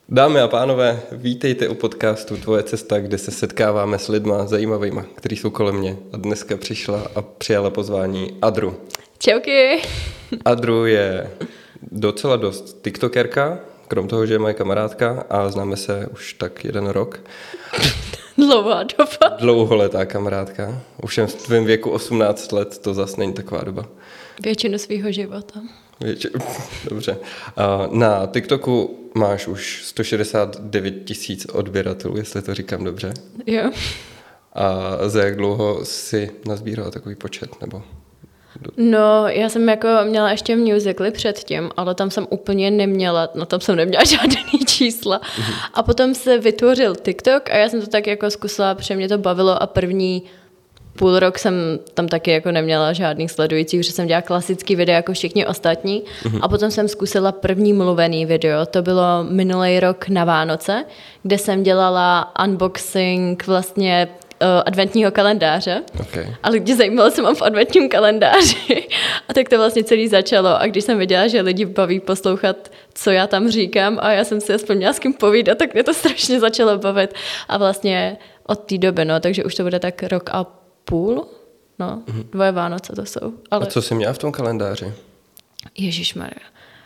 Dámy a pánové, vítejte u podcastu Tvoje cesta, kde se setkáváme s lidma zajímavýma, kteří jsou kolem mě. A dneska přišla a přijala pozvání Adru. Čauky. Adru je docela dost tiktokerka, krom toho, že je moje kamarádka a známe se už tak 1 rok. Dlouhá doba. Dlouholetá kamarádka. Už jen v tvém věku 18 let, to zas není taková doba. Většinu svýho života. Dobře. Na TikToku máš už 169 000 odběratelů, jestli to říkám dobře. Jo. A za jak dlouho jsi nazbírala takový počet? Nebo... No, já jsem jako měla ještě musically předtím, ale tam jsem úplně neměla, tam jsem neměla žádný čísla. A potom se vytvořil TikTok a já jsem to tak jako zkusila, protože mě to bavilo a první půl rok jsem tam taky jako neměla žádných sledujících, protože jsem dělala klasický video jako všichni ostatní. A potom jsem zkusila první mluvený video. To bylo minulý rok na Vánoce, kde jsem dělala unboxing vlastně adventního kalendáře. Okay. A lidi zajímalo, co mám v adventním kalendáři. A tak to vlastně celý začalo. A když jsem viděla, že lidi baví poslouchat, co já tam říkám a já jsem si aspoň měla s kým povídat, tak mě to strašně začalo bavit. A vlastně od té doby, takže už to bude tak 1,5 roku. 2 Vánoce to jsou. Ale... A co jsi měla v tom kalendáři? Ježišmarja.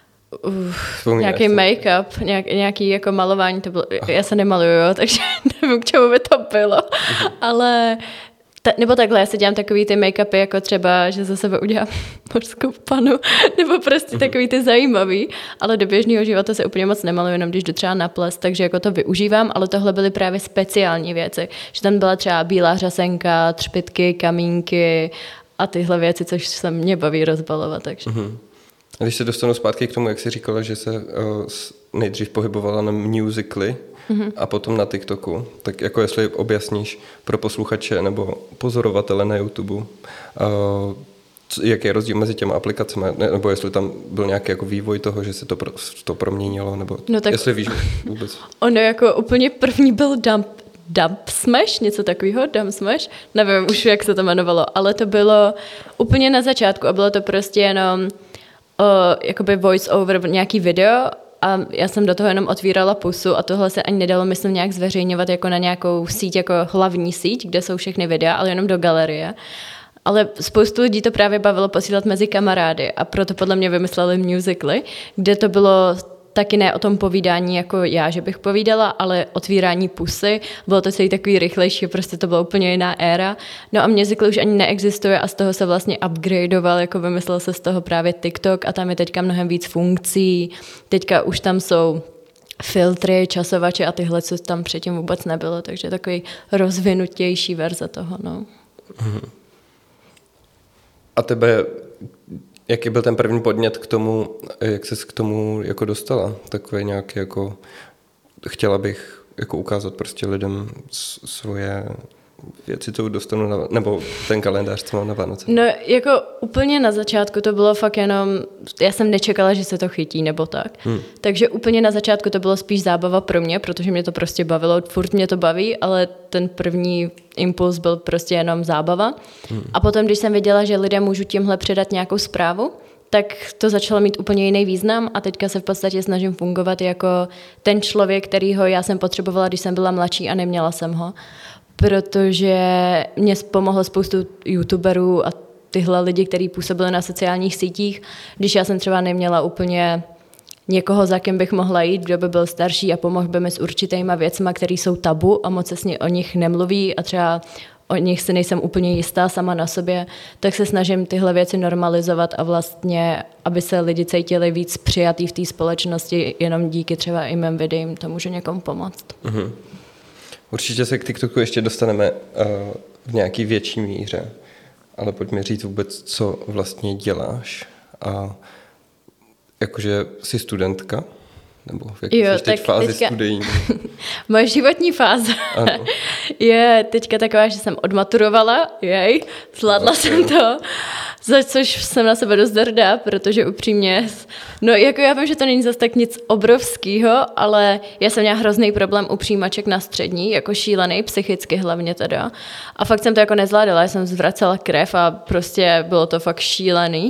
Nějaký make-up, nějaký jako malování, to bylo, já se nemaluju, takže nevím, k čemu by to bylo, ale nebo takhle, já si dělám takový ty make-upy, jako třeba, že za sebe udělám mořskou panu, nebo prostě takový ty zajímavý, ale do běžného života se úplně moc nemaluju, jenom když jdu třeba na ples, takže jako to využívám, ale tohle byly právě speciální věci, že tam byla třeba bílá řasenka, třpytky, kamínky a tyhle věci, což se mě baví rozbalovat, takže... A když se dostanu zpátky k tomu, jak jsi říkala, že se nejdřív pohybovala na musically a potom na TikToku, tak jako jestli objasníš pro posluchače nebo pozorovatele na YouTube, jaký je rozdíl mezi těma aplikacemi, nebo jestli tam byl nějaký jako vývoj toho, že se to proměnilo, nebo jestli víš vůbec. Ono jako úplně první byl Dub Smash, něco takového, Dub Smash, nevím už, jak se to jmenovalo, ale to bylo úplně na začátku a bylo to prostě jenom jakoby voice over nějaký video a já jsem do toho jenom otvírala pusu a tohle se ani nedalo, myslím, nějak zveřejňovat jako na nějakou síť, jako hlavní síť, kde jsou všechny videa, ale jenom do galerie. Ale spoustu lidí to právě bavilo posílat mezi kamarády a proto podle mě vymysleli musically, kde to bylo taky ne o tom povídání jako já, že bych povídala, ale otvírání pusy. Bylo to celý takový rychlejší, prostě to byla úplně jiná éra. No a musical už ani neexistuje a z toho se vlastně upgradeoval, jako vymyslel se z toho právě TikTok a tam je teďka mnohem víc funkcí. Teďka už tam jsou filtry, časovače a tyhle, co tam předtím vůbec nebylo, takže takový rozvinutější verze toho, no. A tebe... Jaký byl ten první podnět k tomu, jak ses k tomu jako dostala? Takové nějaké jako, chtěla bych jako ukázat prostě lidem svoje věci, co dostanu, nebo ten kalendář, co mám na Vánoce. No jako úplně na začátku to bylo fakt jenom, já jsem nečekala, že se to chytí nebo tak. Takže úplně na začátku to bylo spíš zábava pro mě, protože mě to prostě bavilo, furt mě to baví, ale ten první impuls byl prostě jenom zábava. A potom, když jsem věděla, že lidem můžu tímhle předat nějakou zprávu, tak to začalo mít úplně jiný význam a teďka se v podstatě snažím fungovat jako ten člověk, kterýho já jsem potřebovala, když jsem byla mladší a neměla jsem ho. Protože mě pomohlo spoustu youtuberů a tyhle lidi, kteří působili na sociálních sítích, když já jsem třeba neměla úplně někoho, za kým bych mohla jít, kdo by byl starší a pomohl by mi s určitýma věcma, které jsou tabu a moc se o nich nemluví a třeba o nich si nejsem úplně jistá sama na sobě, tak se snažím tyhle věci normalizovat a vlastně, aby se lidi cítili víc přijatý v té společnosti, jenom díky třeba i mým videím to může někomu pomoct. Určitě se k TikToku ještě dostaneme v nějaký větší míře, ale pojďme říct vůbec, co vlastně děláš. A jakože jsi studentka? Nebo v jaké jsi teď fázi studií? Moje životní fáze je teďka taková, že jsem odmaturovala, zvládla jsem to, za což jsem na sebe dost hrdá, protože upřímně, no jako já vím, že to není zase tak nic obrovského, ale já jsem měla hrozný problém u přijímaček na střední, jako šílený, psychicky hlavně teda. A fakt jsem to jako nezvládala, já jsem zvracela krev a prostě bylo to fakt šílený.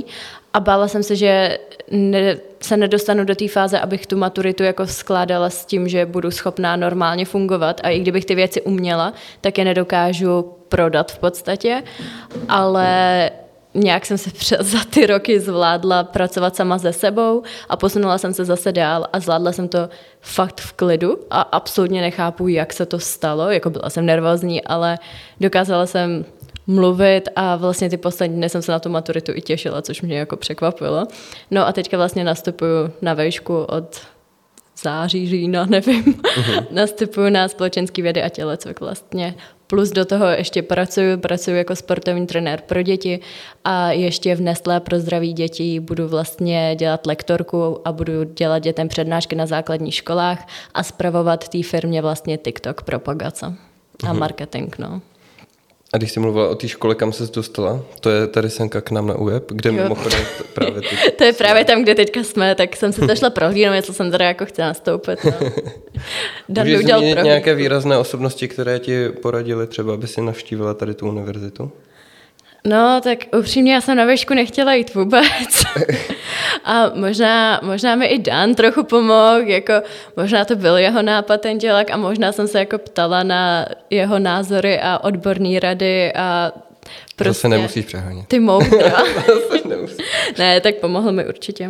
A bála jsem se, že se nedostanu do té fáze, abych tu maturitu jako skládala s tím, že budu schopná normálně fungovat a i kdybych ty věci uměla, tak je nedokážu prodat v podstatě, ale nějak jsem se za ty roky zvládla pracovat sama se sebou a posunula jsem se zase dál a zvládla jsem to fakt v klidu a absolutně nechápu, jak se to stalo, jako byla jsem nervózní, ale dokázala jsem mluvit a vlastně ty poslední dny jsem se na tu maturitu i těšila, což mě jako překvapilo. No a teďka vlastně nastupuju na vejšku od září, října, nevím. Nastupuju na společenské vědy a tělecvik vlastně. Plus do toho ještě pracuju jako sportovní trenér pro děti a ještě v Nestlé pro zdraví dětí budu vlastně dělat lektorku a budu dělat dětem přednášky na základních školách a spravovat té firmě vlastně TikTok propagace a marketing, no. A když jsi mluvila o té škole, kam ses dostala, to je tady senka k nám na UEP, kde mimochodem právě ty... To je právě tam, kde teďka jsme, tak jsem se zašla prohlídnout, jestli jsem tady jako chtěla nastoupit. No. Můžeš zmínit nějaké výrazné osobnosti, které ti poradily třeba, aby si navštívila tady tu univerzitu? No, tak upřímně já jsem na výšku nechtěla jít vůbec. A možná mi i Dan trochu pomohl, jako možná to byl jeho nápad ten dělák a možná jsem se jako ptala na jeho názory a odborné rady a prostě... Zase nemusíš přehánět. Ty moudra. Ne, tak pomohl mi určitě.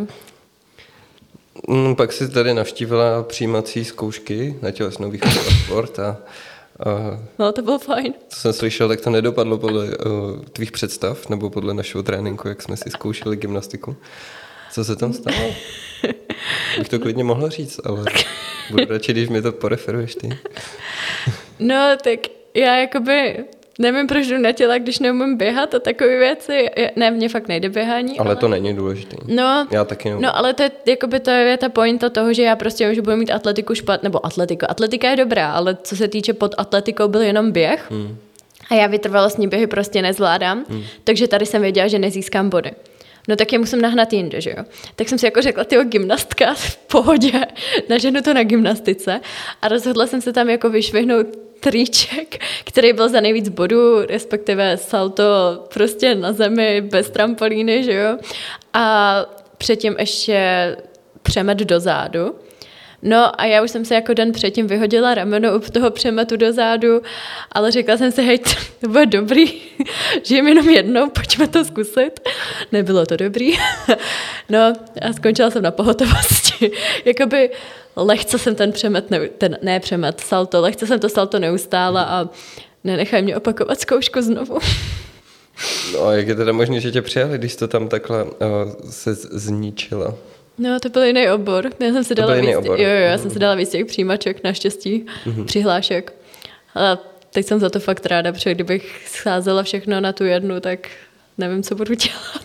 Pak jsi tady navštívila přijímací zkoušky na tělesnou výchovu a sport a no, to bylo fajn. Co jsem slyšel, tak to nedopadlo podle tvých představ, nebo podle našeho tréninku, jak jsme si zkoušeli gymnastiku. Co se tam stalo? Bych to klidně mohla říct, ale budu radši, když mi to poreferuješ ty. No, tak já jakoby nevím, proč jdu na těla, když neumím běhat a takové věci. Ne, mně fakt nejde běhání. Ale to není důležité. No, já taky nevím. No, ale to je ta pointa toho, že já prostě už budu mít atletiku nebo atletika je dobrá, ale co se týče pod atletikou byl jenom běh a já vytrvalostní běhy prostě nezvládám, takže tady jsem věděla, že nezískám body. No tak je musím nahnat jinde, že jo. Tak jsem si jako řekla, gymnastka v pohodě, naženu to na gymnastice a rozhodla jsem se tam jako vyšvihnout triček, který byl za nejvíc bodů, respektive salto prostě na zemi, bez trampolíny, že jo. A předtím ještě přemet do zádu. No a já už jsem se jako den předtím vyhodila rameno u toho přemetu do zádu, ale řekla jsem si, hej, to bude dobrý, žijem jenom jednou, pojďme to zkusit. Nebylo to dobrý. No a skončila jsem na pohotovosti. Jakoby lehce jsem lehce jsem to salto neustála a nenechaj mě opakovat zkoušku znovu. No a jak je teda možné, že tě přijali, když to tam takhle se zničila? No, to byl jiný obor. Já jsem si dala víc těch přijímaček, naštěstí, přihlášek. Ale teď jsem za to fakt ráda, protože kdybych scházela všechno na tu jednu, tak nevím, co budu dělat.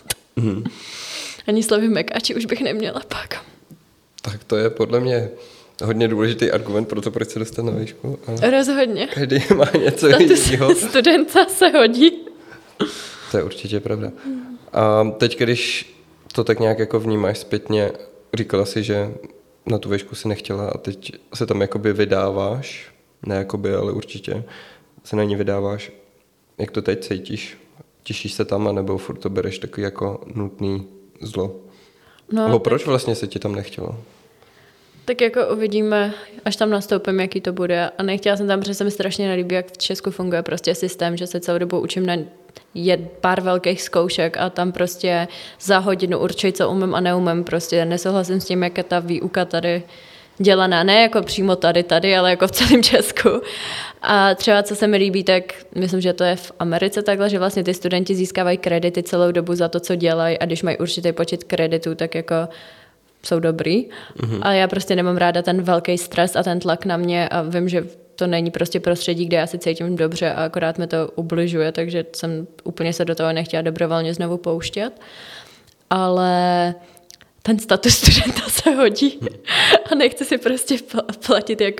Ani slovy mekači už bych neměla pak. Tak to je podle mě hodně důležitý argument pro to, proč se dostat na výšku. Rozhodně. Každý má něco jiného. Studenta se hodí. To je určitě pravda. A teď, když to tak nějak jako vnímáš zpětně, říkala si, že na tu výšku si nechtěla a teď se tam jakoby vydáváš, ne jakoby, ale určitě se na ní vydáváš. Jak to teď cítíš? Těšíš se tam, anebo furt to bereš takový jako nutný zlo? No, nebo proč vlastně se ti tam nechtělo? Tak jako uvidíme, až tam nastoupím, jaký to bude. A nechtěla jsem tam, protože se mi strašně nelíbí, jak v Česku funguje prostě systém, že se celou dobu učím na pár velkých zkoušek a tam prostě za hodinu určuji, co umím a neumím. Prostě nesouhlasím s tím, jak je ta výuka tady dělaná. Ne jako přímo tady, ale jako v celém Česku. A třeba, co se mi líbí, tak myslím, že to je v Americe takhle, že vlastně ty studenti získávají kredity celou dobu za to, co dělají a když mají určitý počet kreditů, tak jako jsou dobrý. Ale já prostě nemám ráda ten velký stres a ten tlak na mě a vím, že to není prostě prostředí, kde já si cítím dobře a akorát mi to ubližuje, takže jsem úplně se do toho nechtěla dobrovolně znovu pouštět. Ale ten status studenta se hodí a nechci si prostě platit jako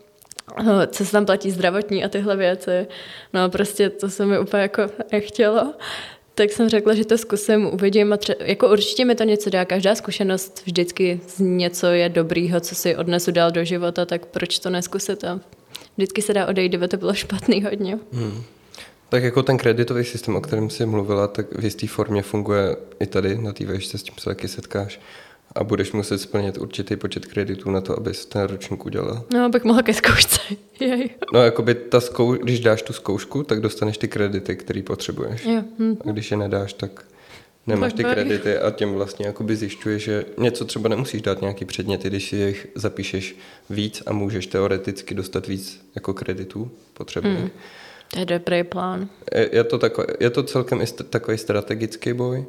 co se tam platí zdravotní a tyhle věci. No prostě to se mi úplně jako nechtělo. Tak jsem řekla, že to zkusím, uvidím a jako určitě mi to něco dá. Každá zkušenost vždycky z něco je dobrýho, co si odnesu dál do života, tak proč to neskusit? A vždycky se dá odejít, kdyby to bylo špatný hodně. Tak jako ten kreditový systém, o kterém jsi mluvila, tak v jisté formě funguje i tady na té vejšce, s tím se taky setkáš. A budeš muset splnit určitý počet kreditů na to, abys ten ročník udělal. No, abych mohla ke zkoušce. Jej. No, jakoby když dáš tu zkoušku, tak dostaneš ty kredity, který potřebuješ. Jo. A když je nedáš, tak nemáš ty Tak kredity a tím vlastně jakoby zjišťuješ, že něco třeba nemusíš dát nějaký předměty, když si jich zapíšeš víc a můžeš teoreticky dostat víc jako kreditů potřebných. To je dobrý plán. Je to celkem takový strategický boj,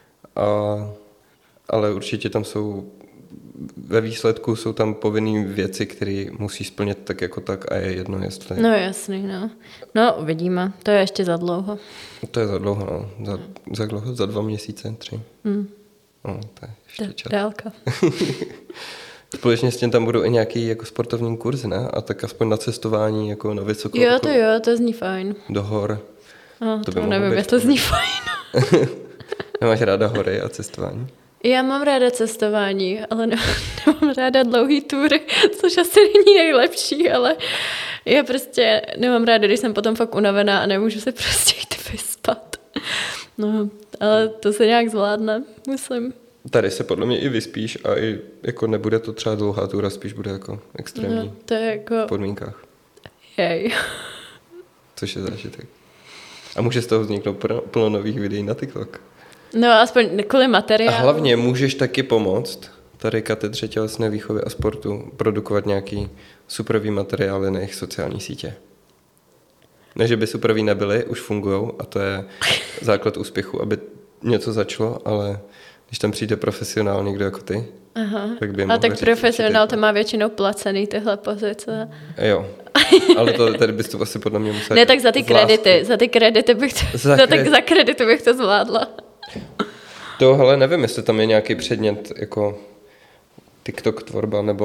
ale určitě tam jsou, ve výsledku jsou tam povinné věci, které musí splnit tak jako tak a je jedno, jestli... No jasný, no. No, uvidíme. To je ještě za dlouho. To je za dlouho, no. Za dlouho? Za 2 měsíce, 3. No, to je ještě čas. Dálka. Společně s tím tam budou i nějaký jako sportovní kurzy, ne? A tak aspoň na cestování, jako na vysoko. Jo, to zní fajn. Do hor. No, to nevím, jestli to zní fajn. Nemáš ráda hory a cestování? Já mám ráda cestování, ale nemám ráda dlouhý tury, což asi není nejlepší, ale já prostě nemám ráda, když jsem potom fakt unavená a nemůžu se prostě jít vyspat. No, ale to se nějak zvládne, myslím. Tady se podle mě i vyspíš a i jako nebude to třeba dlouhá túra, spíš bude jako extrémní no, to je jako... v podmínkách. Jej. Což je zážitek. A může z toho vzniknout plno nových videí na TikTok. No, aspoň kvůli materiálu. A hlavně můžeš taky pomoct tady katedře tělesné výchovy a sportu produkovat nějaký superový materiály na jejich sociální sítě. Ne, že by superový nebyly, už fungujou a to je základ úspěchu, aby něco začalo, ale když tam přijde profesionál někdo jako ty, tak by a tak profesionál to má většinou placený tyhle pozice. Jo, ale tady bys to asi podle mě musel... Ne, tak za ty kredity bych to... za kredity bych to zvládla. To, hele, nevím, jestli tam je nějaký předmět jako TikTok tvorba nebo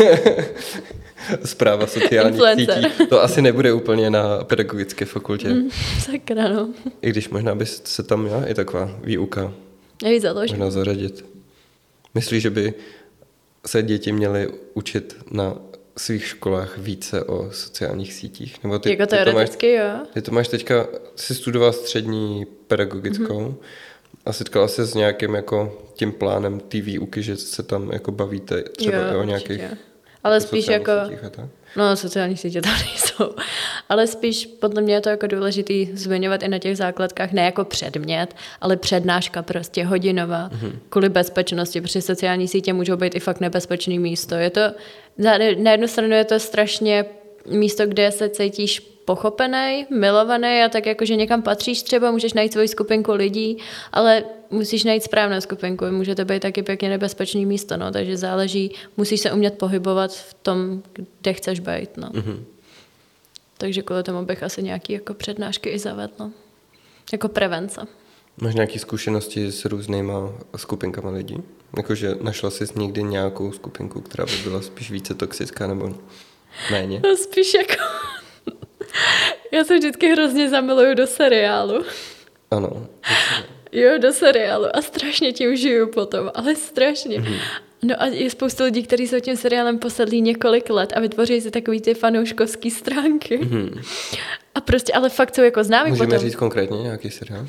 správa sociálních sítí. To asi nebude úplně na pedagogické fakultě. Sakra, no. I když možná by se tam měla i taková výuka možná zařadit. Myslíš, že by se děti měly učit na svých školách více o sociálních sítích? Nebo jako teoreticky, jo. Ty to máš teďka, jsi studoval střední pedagogickou a setkala se s nějakým jako tím plánem té výuky, že se tam jako bavíte třeba o nějakých ale spíš jako sítích. No, sociální sítě tam nejsou. Ale spíš podle mě je to jako důležitý zmiňovat i na těch základkách, ne jako předmět, ale přednáška prostě hodinová, kvůli bezpečnosti, protože sociální sítě můžou být i fakt nebezpečný místo. Je to, na jednu stranu je to strašně místo, kde se cítíš pochopený, milovaný a tak jako, že někam patříš třeba, můžeš najít svoji skupinku lidí, ale musíš najít správnou skupinku. Může to být taky pěkně nebezpečný místo, no, takže záleží, musíš se umět pohybovat v tom, kde chceš být, no. Takže kvůli tomu bych asi nějaký jako přednášky i zavedla. Jako prevence. Máš nějaké zkušenosti s různýma skupinkama lidí? Jakože našla jsi někdy nějakou skupinku, která by byla spíš více toxická nebo méně? No, spíš jako... Já se vždycky hrozně zamiluju do seriálu. Ano. Jo, do seriálu a strašně tím žiju potom, ale strašně. No a je spoustu lidí, kteří jsou tím seriálem posedlí několik let a vytvoří si takový ty fanouškovský stránky. A prostě, ale fakt jsou jako známí potom. Můžeme říct konkrétně nějaký seriál?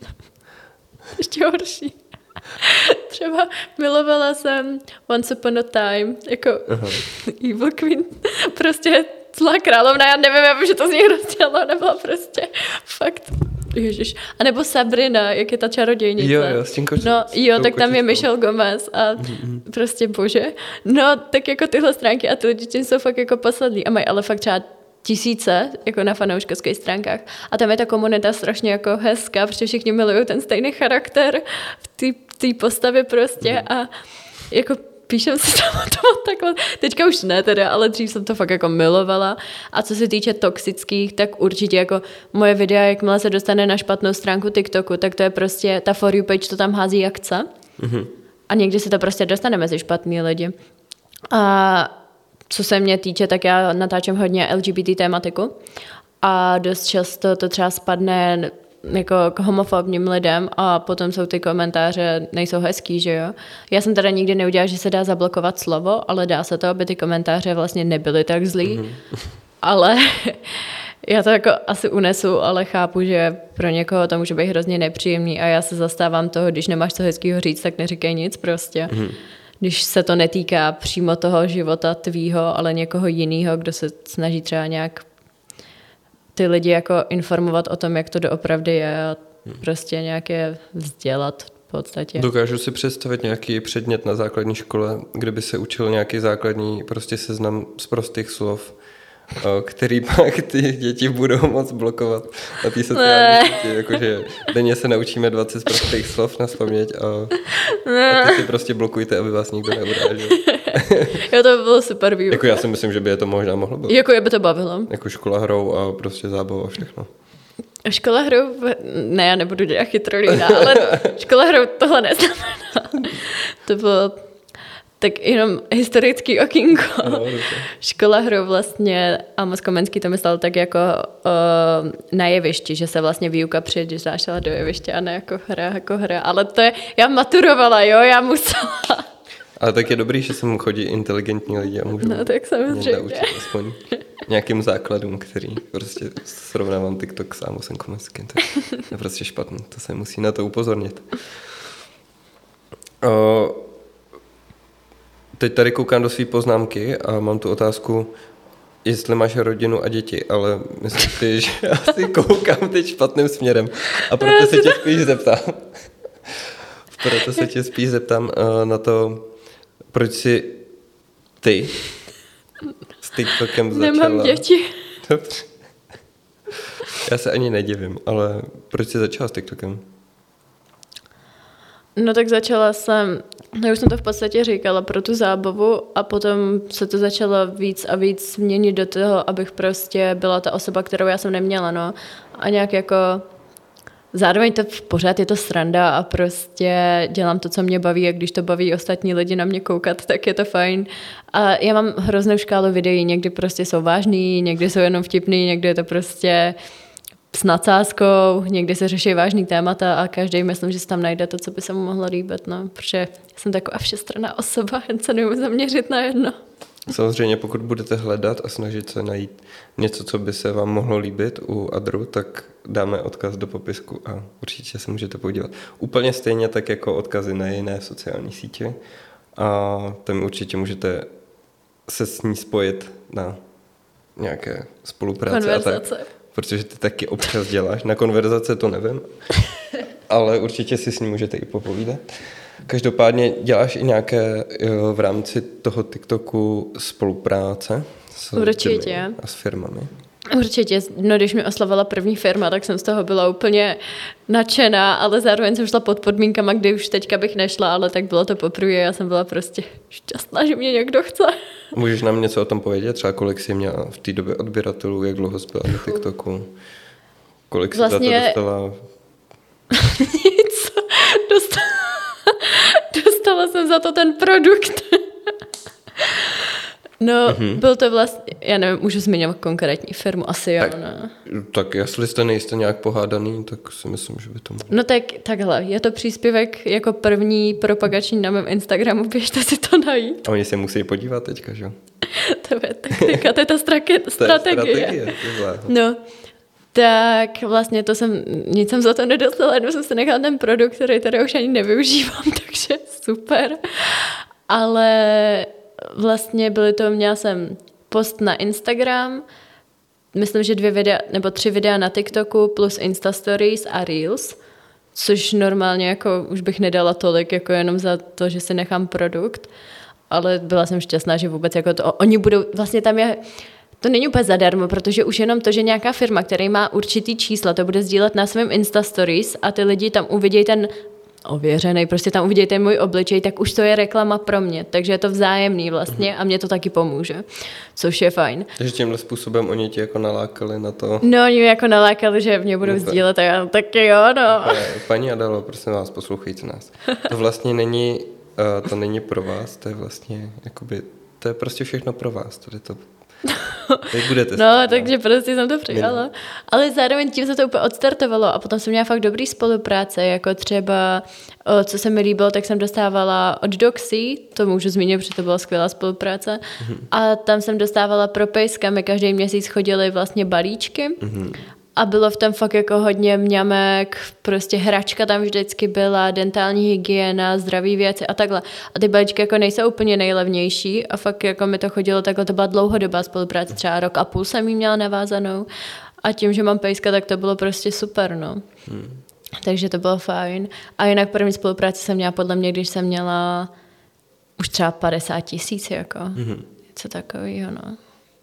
Ještě horší. Třeba milovala jsem Once Upon a Time, jako Evil Queen. Prostě zlá královna, já nevím, já vím, že to z něj rozdělalo, nebyla prostě fakt, ježiš. A nebo Sabrina, jak je ta čarodějnice. Jo, s tím no, jo, tak tam je Michelle Gomez a prostě bože. No, tak jako tyhle stránky a ty lidi tím jsou fakt jako poslední a mají ale fakt třeba tisíce, jako na fanouškovských stránkách. A tam je ta komunita strašně jako hezká, protože všichni milují ten stejný charakter v té postavě prostě a jako píšem si tam to takhle. Teďka už ne teda, ale dřív jsem to fakt jako milovala. A co se týče toxických, tak určitě jako moje videa, jakmile se dostane na špatnou stránku TikToku, tak to je prostě, ta For You page to tam hází jak chce. A někdy se to prostě dostane mezi špatný lidi. A co se mě týče, tak já natáčím hodně LGBT tématiku. A dost často to třeba spadne jako k homofobním lidem a potom jsou ty komentáře, nejsou hezký, že jo. Já jsem teda nikdy neudělala, že se dá zablokovat slovo, ale dá se to, aby ty komentáře vlastně nebyly tak zlý. Ale Já to jako asi unesu, ale chápu, že pro někoho to může být hrozně nepříjemný a já se zastávám toho, když nemáš co hezkýho říct, tak neříkej nic prostě. Když se to netýká přímo toho života tvýho, ale někoho jiného, kdo se snaží třeba nějak ty lidi jako informovat o tom, jak to doopravdy je a prostě nějak je vzdělat v podstatě. Dokážu si představit nějaký předmět na základní škole, kde by se učil nějaký základní prostě seznam z prostých slov, který pak ty děti budou moc blokovat na té sociální síti, jakože denně se naučíme 20 prostých slov nazpaměť a ty si prostě blokujte, aby vás nikdo neurážil. Jo, to by bylo super výuka. Jako já si myslím, že by je to možná mohlo být. Jako je by to bavilo. Jako škola hrou a prostě zábava a všechno. Škola hrou, ne, já nebudu dělat chytrolína, ale škola hrou tohle neznamená. To bylo tak jenom historický okýnko. No, škola hrou vlastně, Amos Komenský to myslel tak jako na jevišti, že se vlastně výuka přinášela do jeviště a ne jako hra. Ale to je, já maturovala, jo, já musela. Ale tak je dobrý, že sem chodí inteligentní lidi a můžou tak samozřejmě naučit aspoň nějakým základům, který prostě srovnávám TikTok s Amosem Komenským. To je prostě špatný, to se musí na to upozornit. Teď tady koukám do své poznámky a mám tu otázku, jestli máš rodinu a děti, ale myslím si, že asi koukám teď špatným směrem a proto se tě spíš zeptám na to, proč jsi ty s TikTokem začala. Nemám děti. Dobře. Já se ani nedivím, ale proč jsi začala s TikTokem? No tak začala jsem, už jsem to v podstatě říkala, pro tu zábavu a potom se to začalo víc a víc měnit do toho, abych prostě byla ta osoba, kterou já jsem neměla, no. A nějak jako, zároveň to pořád je to sranda a prostě dělám to, co mě baví a když to baví ostatní lidi na mě koukat, tak je to fajn. A já mám hroznou škálu videí, někdy prostě jsou vážný, někdy jsou jenom vtipný, někdy je to prostě s nadsázkou, někdy se řeší vážný témata a každý myslím, že se tam najde to, co by se mu mohlo líbit, no, protože jsem taková všestranná osoba, jen se nemůžu zaměřit na jedno. Samozřejmě, pokud budete hledat a snažit se najít něco, co by se vám mohlo líbit u Adru, tak dáme odkaz do popisku a určitě se můžete podívat. Úplně stejně tak jako odkazy na jiné sociální sítě a tam určitě můžete se s ní spojit na nějaké spolupráce. Konverzace. A tak, protože ty taky občas děláš. Na konverzace to nevím, ale určitě si s ní můžete i popovídat. Každopádně děláš i nějaké v rámci toho TikToku spolupráce s lidmi a s firmami? Určitě. No, když mi oslavila první firma, tak jsem z toho byla úplně nadšená, ale zároveň jsem šla pod podmínkama, kdy už teďka bych nešla, ale tak bylo to poprvé a já jsem byla prostě šťastná, že mě někdo chce. Můžeš nám něco o tom povědět? Třeba kolik jsi měla v té době odběratelů, jak dlouho jsi byla na TikToku? Kolik jsi vlastně za to dostala? Nic. Dostala jsem za to ten produkt. No, byl to vlastně, já nevím, můžu zmiňovat konkrétní firmu, asi jo, ne? Tak jestli jste nejste nějak pohádaný, tak si myslím, že by to mohlo. No tak takhle, je to příspěvek jako první propagační na mém Instagramu, běžte si to najít. A oni se musí podívat teďka, že jo? To je taktika, to je ta strategie. No, tak vlastně to jsem, nic jsem za to nedostala, jenom jsem se nechala ten produkt, který tady už ani nevyužívám, takže super. Ale vlastně měla jsem post na Instagram, myslím, že 2 videa, nebo 3 videa na TikToku plus Insta Stories a Reels, což normálně jako už bych nedala tolik, jako jenom za to, že si nechám produkt, ale byla jsem šťastná, že vůbec jako to, oni budou, vlastně tam je, to není úplně zadarmo, protože už jenom to, že nějaká firma, který má určitý čísla, to bude sdílet na svém Insta Stories a ty lidi tam uvidějí ten ověřený, prostě tam uvidíte můj obličej, tak už to je reklama pro mě, takže je to vzájemný vlastně a mě to taky pomůže, což je fajn. Takže tímhle způsobem oni ti jako nalákali na to? No, oni jako nalákali, že mě budou sdílet a já taky jo, no. Paní Adalo, prosím vás, poslouchejte nás. To vlastně není pro vás, to je vlastně jakoby, to je prostě všechno pro vás, tady to Teď budete no, takže prostě jsem to přijala. Ale zároveň tím se to úplně odstartovalo a potom jsem měla fakt dobrý spolupráce, jako třeba, co se mi líbilo, tak jsem dostávala od Doxy, to můžu zmínit, protože to byla skvělá spolupráce, a tam jsem dostávala pro pejska, my každý měsíc chodili vlastně balíčky, a bylo v tom fakt jako hodně mňamek, prostě hračka tam vždycky byla, dentální hygiena, zdraví věci a takhle. A ty balíčky jako nejsou úplně nejlevnější a fakt jako mi to chodilo takhle, to byla dlouhodobá spolupráce, třeba rok a půl jsem jí měla navázanou a tím, že mám pejska, tak to bylo prostě super, no. Takže to bylo fajn. A jinak první spolupráci jsem měla podle mě, když jsem měla už třeba 50 000, jako. Něco takového, no.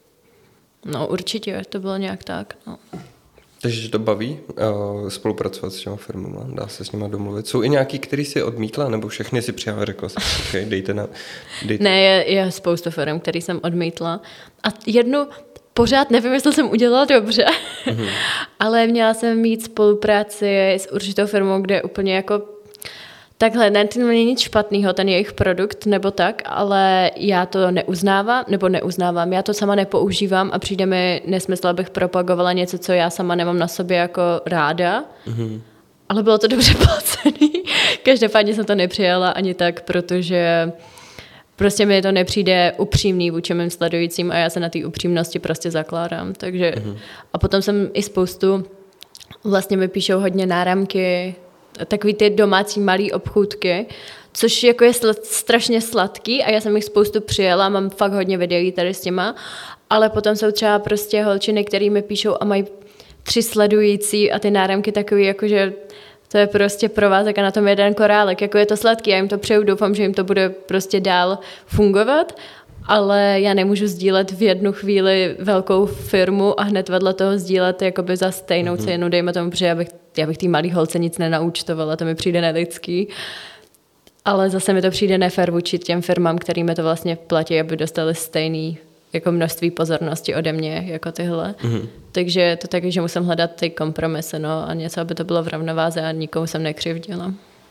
No určitě, to bylo nějak tak, no. Takže tě to baví spolupracovat s těma firmama, dá se s nima domluvit. Jsou i nějaký, který si odmítla, nebo všechny si přijala a řekla si, okay, dejte. Ne, je spoustu firm, který jsem odmítla. A jednu pořád nevím, jestli jsem udělala dobře, ale měla jsem mít spolupráci s určitou firmou, kde úplně jako takhle, ne, to není nic špatného, ten jejich produkt nebo tak, ale já to neuznávám, já to sama nepoužívám a přijde mi nesmysl, abych propagovala něco, co já sama nemám na sobě jako ráda, ale bylo to dobře placený. Každopádně jsem to nepřijala ani tak, protože prostě mi to nepřijde upřímný vůči mým sledujícím a já se na té upřímnosti prostě zakládám, takže a potom jsem i spoustu, vlastně mi píšou hodně náramky, takový ty domácí malý obchůdky, což jako je strašně sladký a já jsem jich spoustu přijela, mám fakt hodně videí tady s těma, ale potom jsou třeba prostě holčiny, který mi píšou a mají 3 sledující a ty náramky takový, jakože to je prostě provázek a na tom jeden korálek, jako je to sladký, já jim to přeju, doufám, že jim to bude prostě dál fungovat, ale já nemůžu sdílet v jednu chvíli velkou firmu a hned vedle toho sdílet jakoby za stejnou cenu, dejme tomu, protože já bych tý malý holce nic nenaučtovala, to mi přijde nelidský. Ale zase mi to přijde nefér vůči těm firmám, kterými to vlastně platí, aby dostali stejný jako množství pozornosti ode mě jako tyhle. Takže to taky, že musím hledat ty kompromisy, no, a něco, aby to bylo v rovnováze a nikomu jsem nekřivdila.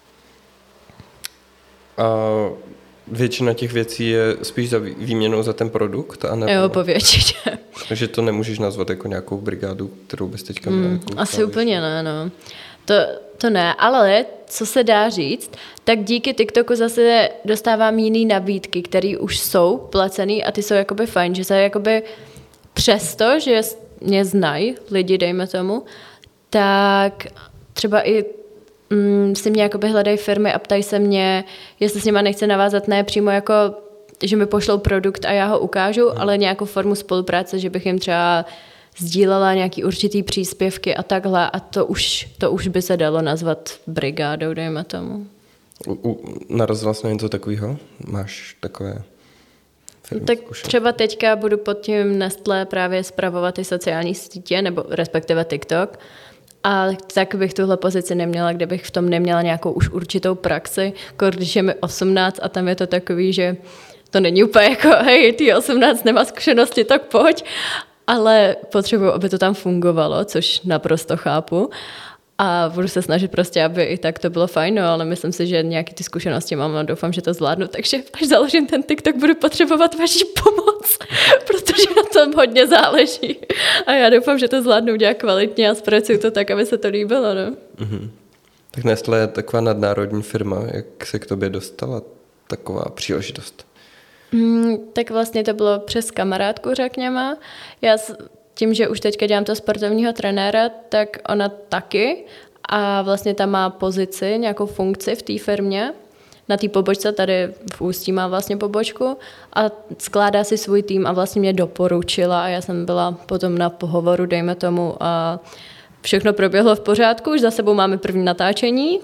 A většina těch věcí je spíš za výměnou za ten produkt? Anebo... Jo, po většině. Takže to nemůžeš nazvat jako nějakou brigádu, kterou bys teďka měla. Asi úplně ne, no. To ne, ale co se dá říct, tak díky TikToku zase dostávám jiný nabídky, které už jsou placený a ty jsou jakoby fajn, že se jakoby přesto, že mě znají lidi, dejme tomu, tak třeba i si mě jakoby hledají firmy a ptají se mě, jestli s nima nechce navázat ne přímo jako, že mi pošlou produkt a já ho ukážu, ale nějakou formu spolupráce, že bych jim třeba sdílela nějaký určitý příspěvky a takhle a to už by se dalo nazvat brigádou, dejme tomu. Narazila jsi na něco takového? Máš takové firmy? Tak třeba teďka budu pod tím Nestlé právě spravovat ty sociální sítě, nebo respektive TikTok. A tak bych tuhle pozici neměla, kdybych v tom neměla nějakou už určitou praxi, když je mi 18 a tam je to takový, že to není úplně jako, hej, ty 18 nemá zkušenosti, tak pojď. Ale potřebuji, aby to tam fungovalo, což naprosto chápu. A budu se snažit prostě, aby i tak to bylo fajn, no, ale myslím si, že nějaké ty zkušenosti mám a doufám, že to zvládnu. Takže až založím ten TikTok, budu potřebovat vaši pomoc, protože na tom hodně záleží. A já doufám, že to zvládnu udělat kvalitně a zpracuju to tak, aby se to líbilo. No. Tak Nestlé je taková nadnárodní firma. Jak se k tobě dostala taková příležitost? Tak vlastně to bylo přes kamarádku, řekněme. Já tím, že už teďka dělám to sportovního trenéra, tak ona taky a vlastně tam má pozici, nějakou funkci v té firmě. Na té pobočce tady v Ústí má vlastně pobočku a skládá si svůj tým a vlastně mě doporučila a já jsem byla potom na pohovoru, dejme tomu, a všechno proběhlo v pořádku, už za sebou máme první natáčení.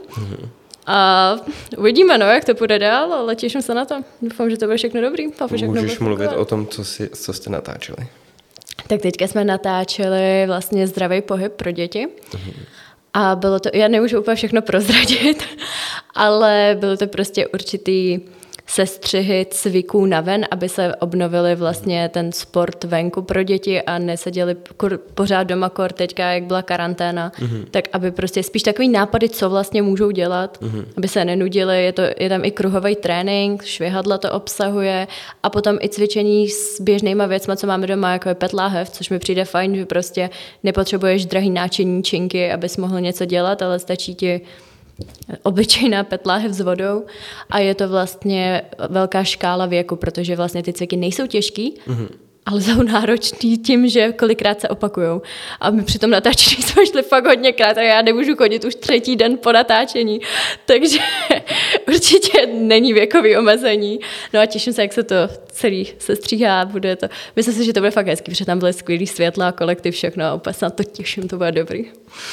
A uvidíme, no, jak to půjde dál, ale těším se na to. Doufám, že to bude všechno dobrý. Můžeš mluvit o tom, co jste natáčeli? Tak teďka jsme natáčeli vlastně zdravý pohyb pro děti. A bylo to, já nemůžu úplně všechno prozradit, ale bylo to prostě určitý sestřihy cviků na ven, aby se obnovili vlastně ten sport venku pro děti a neseděli pořád doma teďka, jak byla karanténa, tak aby prostě spíš takový nápady, co vlastně můžou dělat, aby se nenudili, je tam i kruhový trénink, švihadla to obsahuje a potom i cvičení s běžnýma věcma, co máme doma, jako je petláhev, což mi přijde fajn, že prostě nepotřebuješ drahý náčiníčinky, abys mohl něco dělat, ale stačí ti obyčejná petláhev s vodou a je to vlastně velká škála věku, protože vlastně ty cviky nejsou těžký, ale jsou náročný tím, že kolikrát se opakujou. A my při tom natáčení jsme šli fakt hodněkrát a já nemůžu chodit už 3. den po natáčení, takže určitě není věkový omezení. No a těším se, jak se to celý sestříhá, bude to. Myslím si, že to bude fakt hezký, protože tam byly skvělý světla, kolektiv, všechno a úplně se na to těším, to bude dobrý.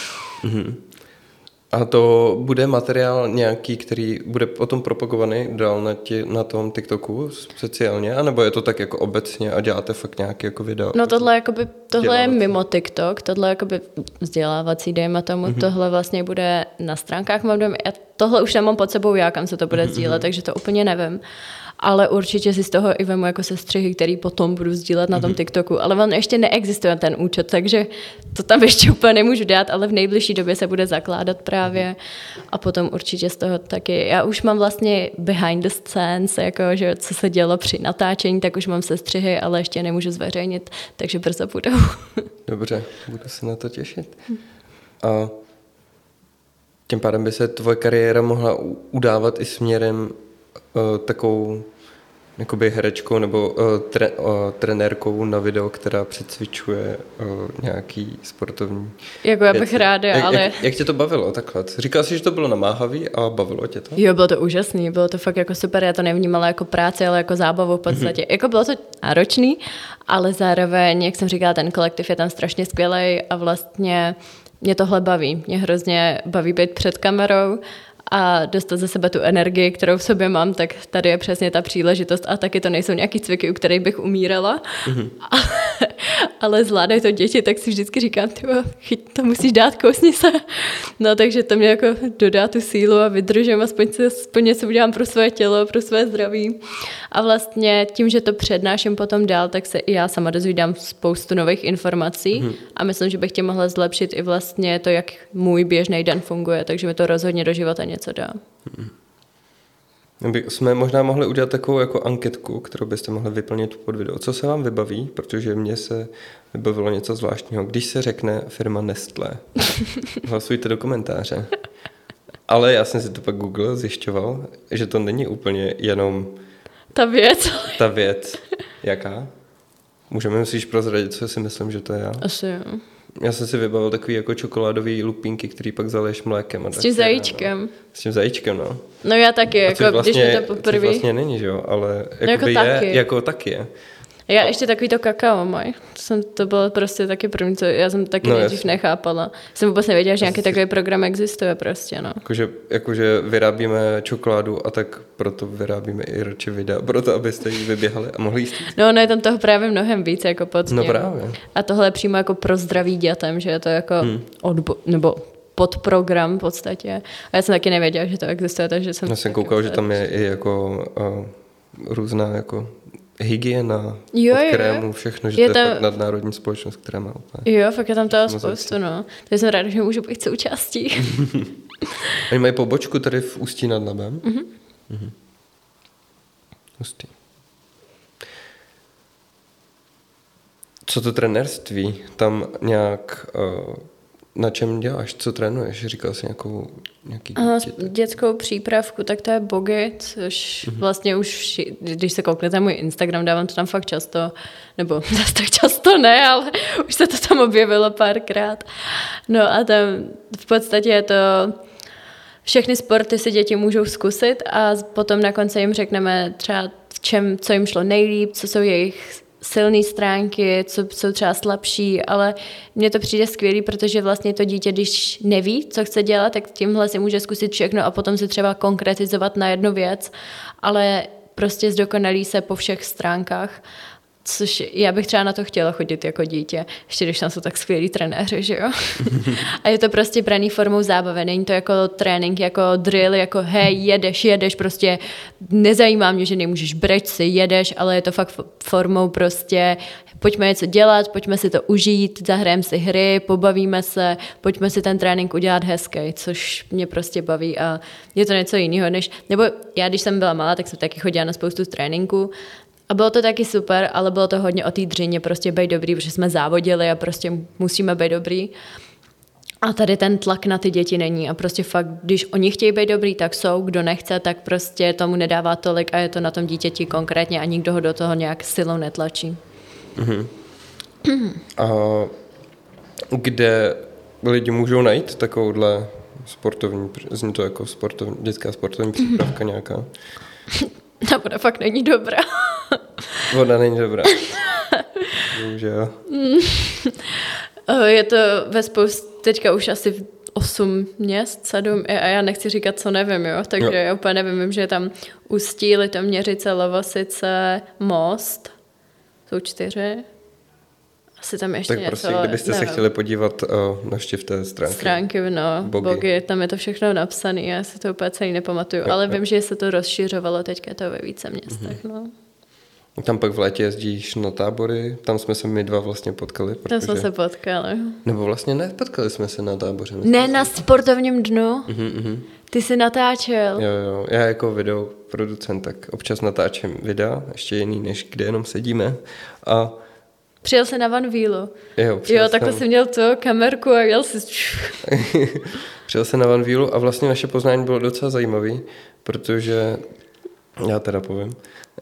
A to bude materiál nějaký, který bude potom propagovaný dál na tom TikToku speciálně, anebo je to tak jako obecně a děláte fakt nějaké jako video? No tohle je mimo TikTok, tohle je jakoby vzdělávací, dejme tomu, tohle vlastně bude na stránkách mám doma. A tohle už nemám pod sebou já, kam se to bude sdílet, takže to úplně nevím. Ale určitě si z toho i vemu jako sestřihy, který potom budu sdílet na tom TikToku. Ale on ještě neexistuje ten účet, takže to tam ještě úplně nemůžu dát, ale v nejbližší době se bude zakládat právě. A potom určitě z toho taky. Já už mám vlastně behind the scenes, jako, že co se dělo při natáčení, tak už mám sestřihy, ale ještě nemůžu zveřejnit, takže brzo budou. Dobře, budu se na to těšit. A tím pádem by se tvoje kariéra mohla udávat i směrem takovou jakoby herečkou nebo trenérkou na video, která přecvičuje nějaký sportovní jako já bych ráda, ale... Jak tě to bavilo takhle? Říkal jsi, že to bylo namáhavý a bavilo tě to? Jo, bylo to úžasný, bylo to fakt jako super, já to nevnímala jako práci, ale jako zábavu v podstatě. Jako bylo to náročný, ale zároveň, jak jsem říkala, ten kolektiv je tam strašně skvělej a vlastně mě tohle baví. Mě hrozně baví být před kamerou a dostat ze sebe tu energii, kterou v sobě mám, tak tady je přesně ta příležitost a taky to nejsou nějaký cviky, u kterých bych umírala, ale zvládají to děti, tak si vždycky říkám, chyť, to musíš dát, kousni se. No takže to mě jako dodá tu sílu a vydržím, aspoň něco udělám pro své tělo, pro své zdraví. A vlastně tím, že to přednáším potom dál, tak se i já sama dozvídám spoustu nových informací a myslím, že bych tě mohla zlepšit i vlastně to, jak můj běžný den funguje, takže mi to rozhodně do života něco dá. Jsme možná mohli udělat takovou jako anketku, kterou byste mohli vyplnit pod video. Co se vám vybaví? Protože mně se vybavilo něco zvláštního. Když se řekne firma Nestlé, hlasujte do komentáře. Ale já jsem si to pak Google zjišťoval, že to není úplně jenom Ta věc. Jaká? Myslíš prozradit, co si myslím, že to je já? Asi jo. Já jsem si vybavil takový jako čokoládový lupínky, který pak zaliješ mlékem. A s tím zajíčkem. No. S tím zajíčkem, no. No já taky, jako vlastně, když mi to poprvé. Což vlastně není, že jo, ale jako je, taky. jako taky je. Já ještě takový to kakao mají. To bylo prostě taky první, co já jsem taky nejdřív nechápala. Jsem vůbec nevěděla, že nějaký takový program existuje prostě, no. Jakože vyrábíme čokoládu a tak proto vyrábíme i radši videa, proto abyste ji vyběhali a mohli jíst. No je tam toho právě mnohem víc jako pod tím. No právě. A tohle je přímo jako pro zdraví dětem, že je to jako nebo podprogram v podstatě. A já jsem taky nevěděla, že to existuje, takže jsem... Já jsem koukal, že tam je i jako různá jako hygiena, od krému, všechno, že to je fakt nadnárodní společnost, která má úplně. Jo, fakt je tam toho spoustu, no. Takže jsem ráda, že můžu být součástí. Oni mají pobočku tady v Ústí nad Labem. Hustý. Co to trenérství? Tam nějak... Na čem děláš? Co trénuješ? Říkal jsi nějaký dětskou přípravku, tak to je bogy, což vlastně už, když se kouknete na můj Instagram, dávám to tam fakt často, nebo zase tak často ne, ale už se to tam objevilo párkrát. No a tam v podstatě je to, všechny sporty si děti můžou zkusit a potom na konci jim řekneme třeba co jim šlo nejlíp, co jsou jejich silné stránky, co jsou třeba slabší, ale mně to přijde skvělý, protože vlastně to dítě, když neví, co chce dělat, tak tímhle si může zkusit všechno a potom si třeba konkretizovat na jednu věc, ale prostě zdokonalí se po všech stránkách Což já bych třeba na to chtěla chodit jako dítě, ještě když tam jsou tak skvělí trenéři, že jo. A je to prostě braný formou zábavy, není to jako trénink, jako drill, jako hej, jedeš, prostě nezajímá mě, že nemůžeš breč si, jedeš, ale je to fakt formou prostě pojďme něco dělat, pojďme si to užít, zahrajeme si hry, pobavíme se, pojďme si ten trénink udělat hezký, což mě prostě baví a je to něco jiného, nebo já, když jsem byla malá, tak jsem taky chodila na spoustu tréninků a bylo to taky super, ale bylo to hodně o té dřině, prostě být dobrý, protože jsme závodili a prostě musíme být dobrý. A tady ten tlak na ty děti není a prostě fakt, když oni chtějí být dobrý, tak jsou, kdo nechce, tak prostě tomu nedává tolik a je to na tom dítěti konkrétně a nikdo ho do toho nějak silou netlačí. Mm-hmm. A kde lidi můžou najít takovouhle sportovní, zní to jako dětská sportovní přípravka nějaká? Ta voda fakt není dobrá. Voda není dobrá. Že jo. Je to ve teďka už asi 8 měst, 7 a já nechci říkat, co nevím, jo, takže jo. Já úplně nevím, vím, že je tam Ústí, Litoměřice, Lovosice, Most, jsou 4. Asi tam ještě tak něco. Tak prostě, kdybyste se chtěli podívat, navštivte stránky. Stránky, no, Bogy, tam je to všechno napsané, já si to úplně celý nepamatuju, ale vím, že se to rozšiřovalo teďka to ve více městech, no. Tam pak v létě jezdíš na tábory, tam jsme se my dva vlastně potkali. Tam jsme se potkali. Nebo vlastně ne, potkali jsme se na táboře. Ne, na sportovním dnu. Ty jsi natáčel. Jo, já jako videoproducent, tak občas natáčím videa, ještě jiný, než kde jenom sedíme. A přijel jsi na Van Wheelu. Jo, takhle jsi měl tu kamerku a jel jsi. Přijel jsem na Van Wheelu a vlastně naše poznání bylo docela zajímavý, protože já teda povím.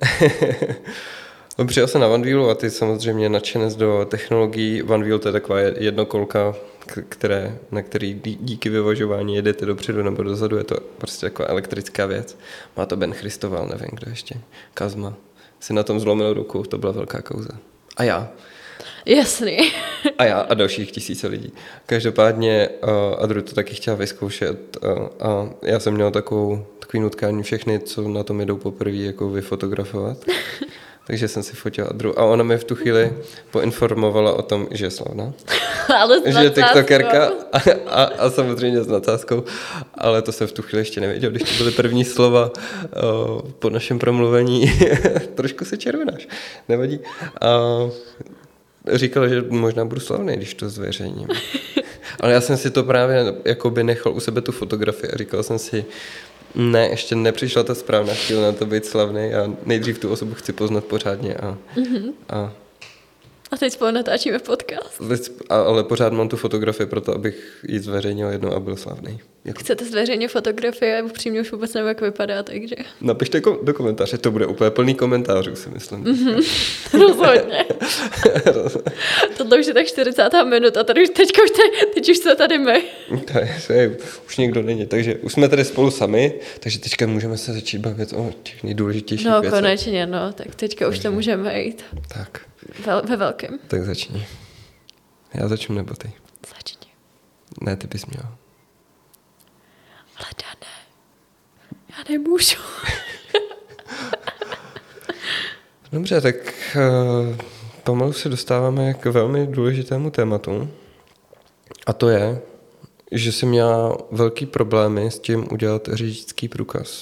Přijel jsem na Van Wheelu a ty samozřejmě nadšenec do technologií. Van Wheel to je taková jednokolka, na který díky vyvažování jedete dopředu nebo dozadu. Je to prostě taková elektrická věc. Má to Ben Christoval, nevím kdo ještě. Kazma. Si na tom zlomil ruku, to byla velká kauza. A já. Jasný. A já a dalších 1000 lidí. Každopádně Adru to taky chtěla vyzkoušet a já jsem měl takový nutkání všechny, co na tom jedou poprvé, jako vyfotografovat. Takže jsem si fotil Adru a ona mi v tu chvíli poinformovala o tom, že je slavná. Ale že je tiktokerka a samozřejmě s nadsázkou, ale to jsem v tu chvíli ještě nevěděl, když to byly první slova po našem promluvení. Trošku se červenáš, nevadí. A říkala, že možná budu slavný, když to zveřejním. Ale já jsem si to právě jakoby nechal u sebe tu fotografii a říkal jsem si, ne, ještě nepřišla ta správná chvíle na to být slavný a nejdřív tu osobu chci poznat pořádně a teď spolu natáčíme podcast. Ale pořád mám tu fotografii proto, abych ji zveřejnil jednou a byl slavný. Chcete zveřejnit fotografie? Upřímně už vůbec nevím, jak vypadá, takže... Napište do komentáře, to bude úplně plný komentářů, si myslím. Rozhodně. Tohle už je tak 40. minuta, teď už jsme tady my. Už nikdo není, takže už jsme tady spolu sami, takže teďka můžeme se začít bavit o těch nejdůležitějších věcech. No konečně, no, tak teďka už to můžeme jít. Tak. Ve velkém. Tak začni. Já začnu nebo ty? Začni. Ne, ty bys měla. Ale ne. Já nemůžu. Dobře, tak pomalu se dostáváme k velmi důležitému tématu. A to je, že jsem měla velký problémy s tím udělat řidičský průkaz.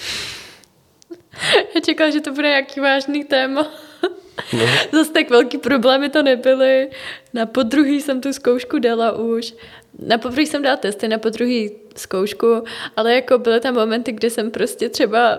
Já čekala, že to bude nějaký vážný téma. No. Zase tak velký problémy to nebyly. Na podruhý jsem tu zkoušku dala už. Na poprvé jsem dala testy, na podruhý zkoušku, ale jako byly tam momenty, kde jsem prostě třeba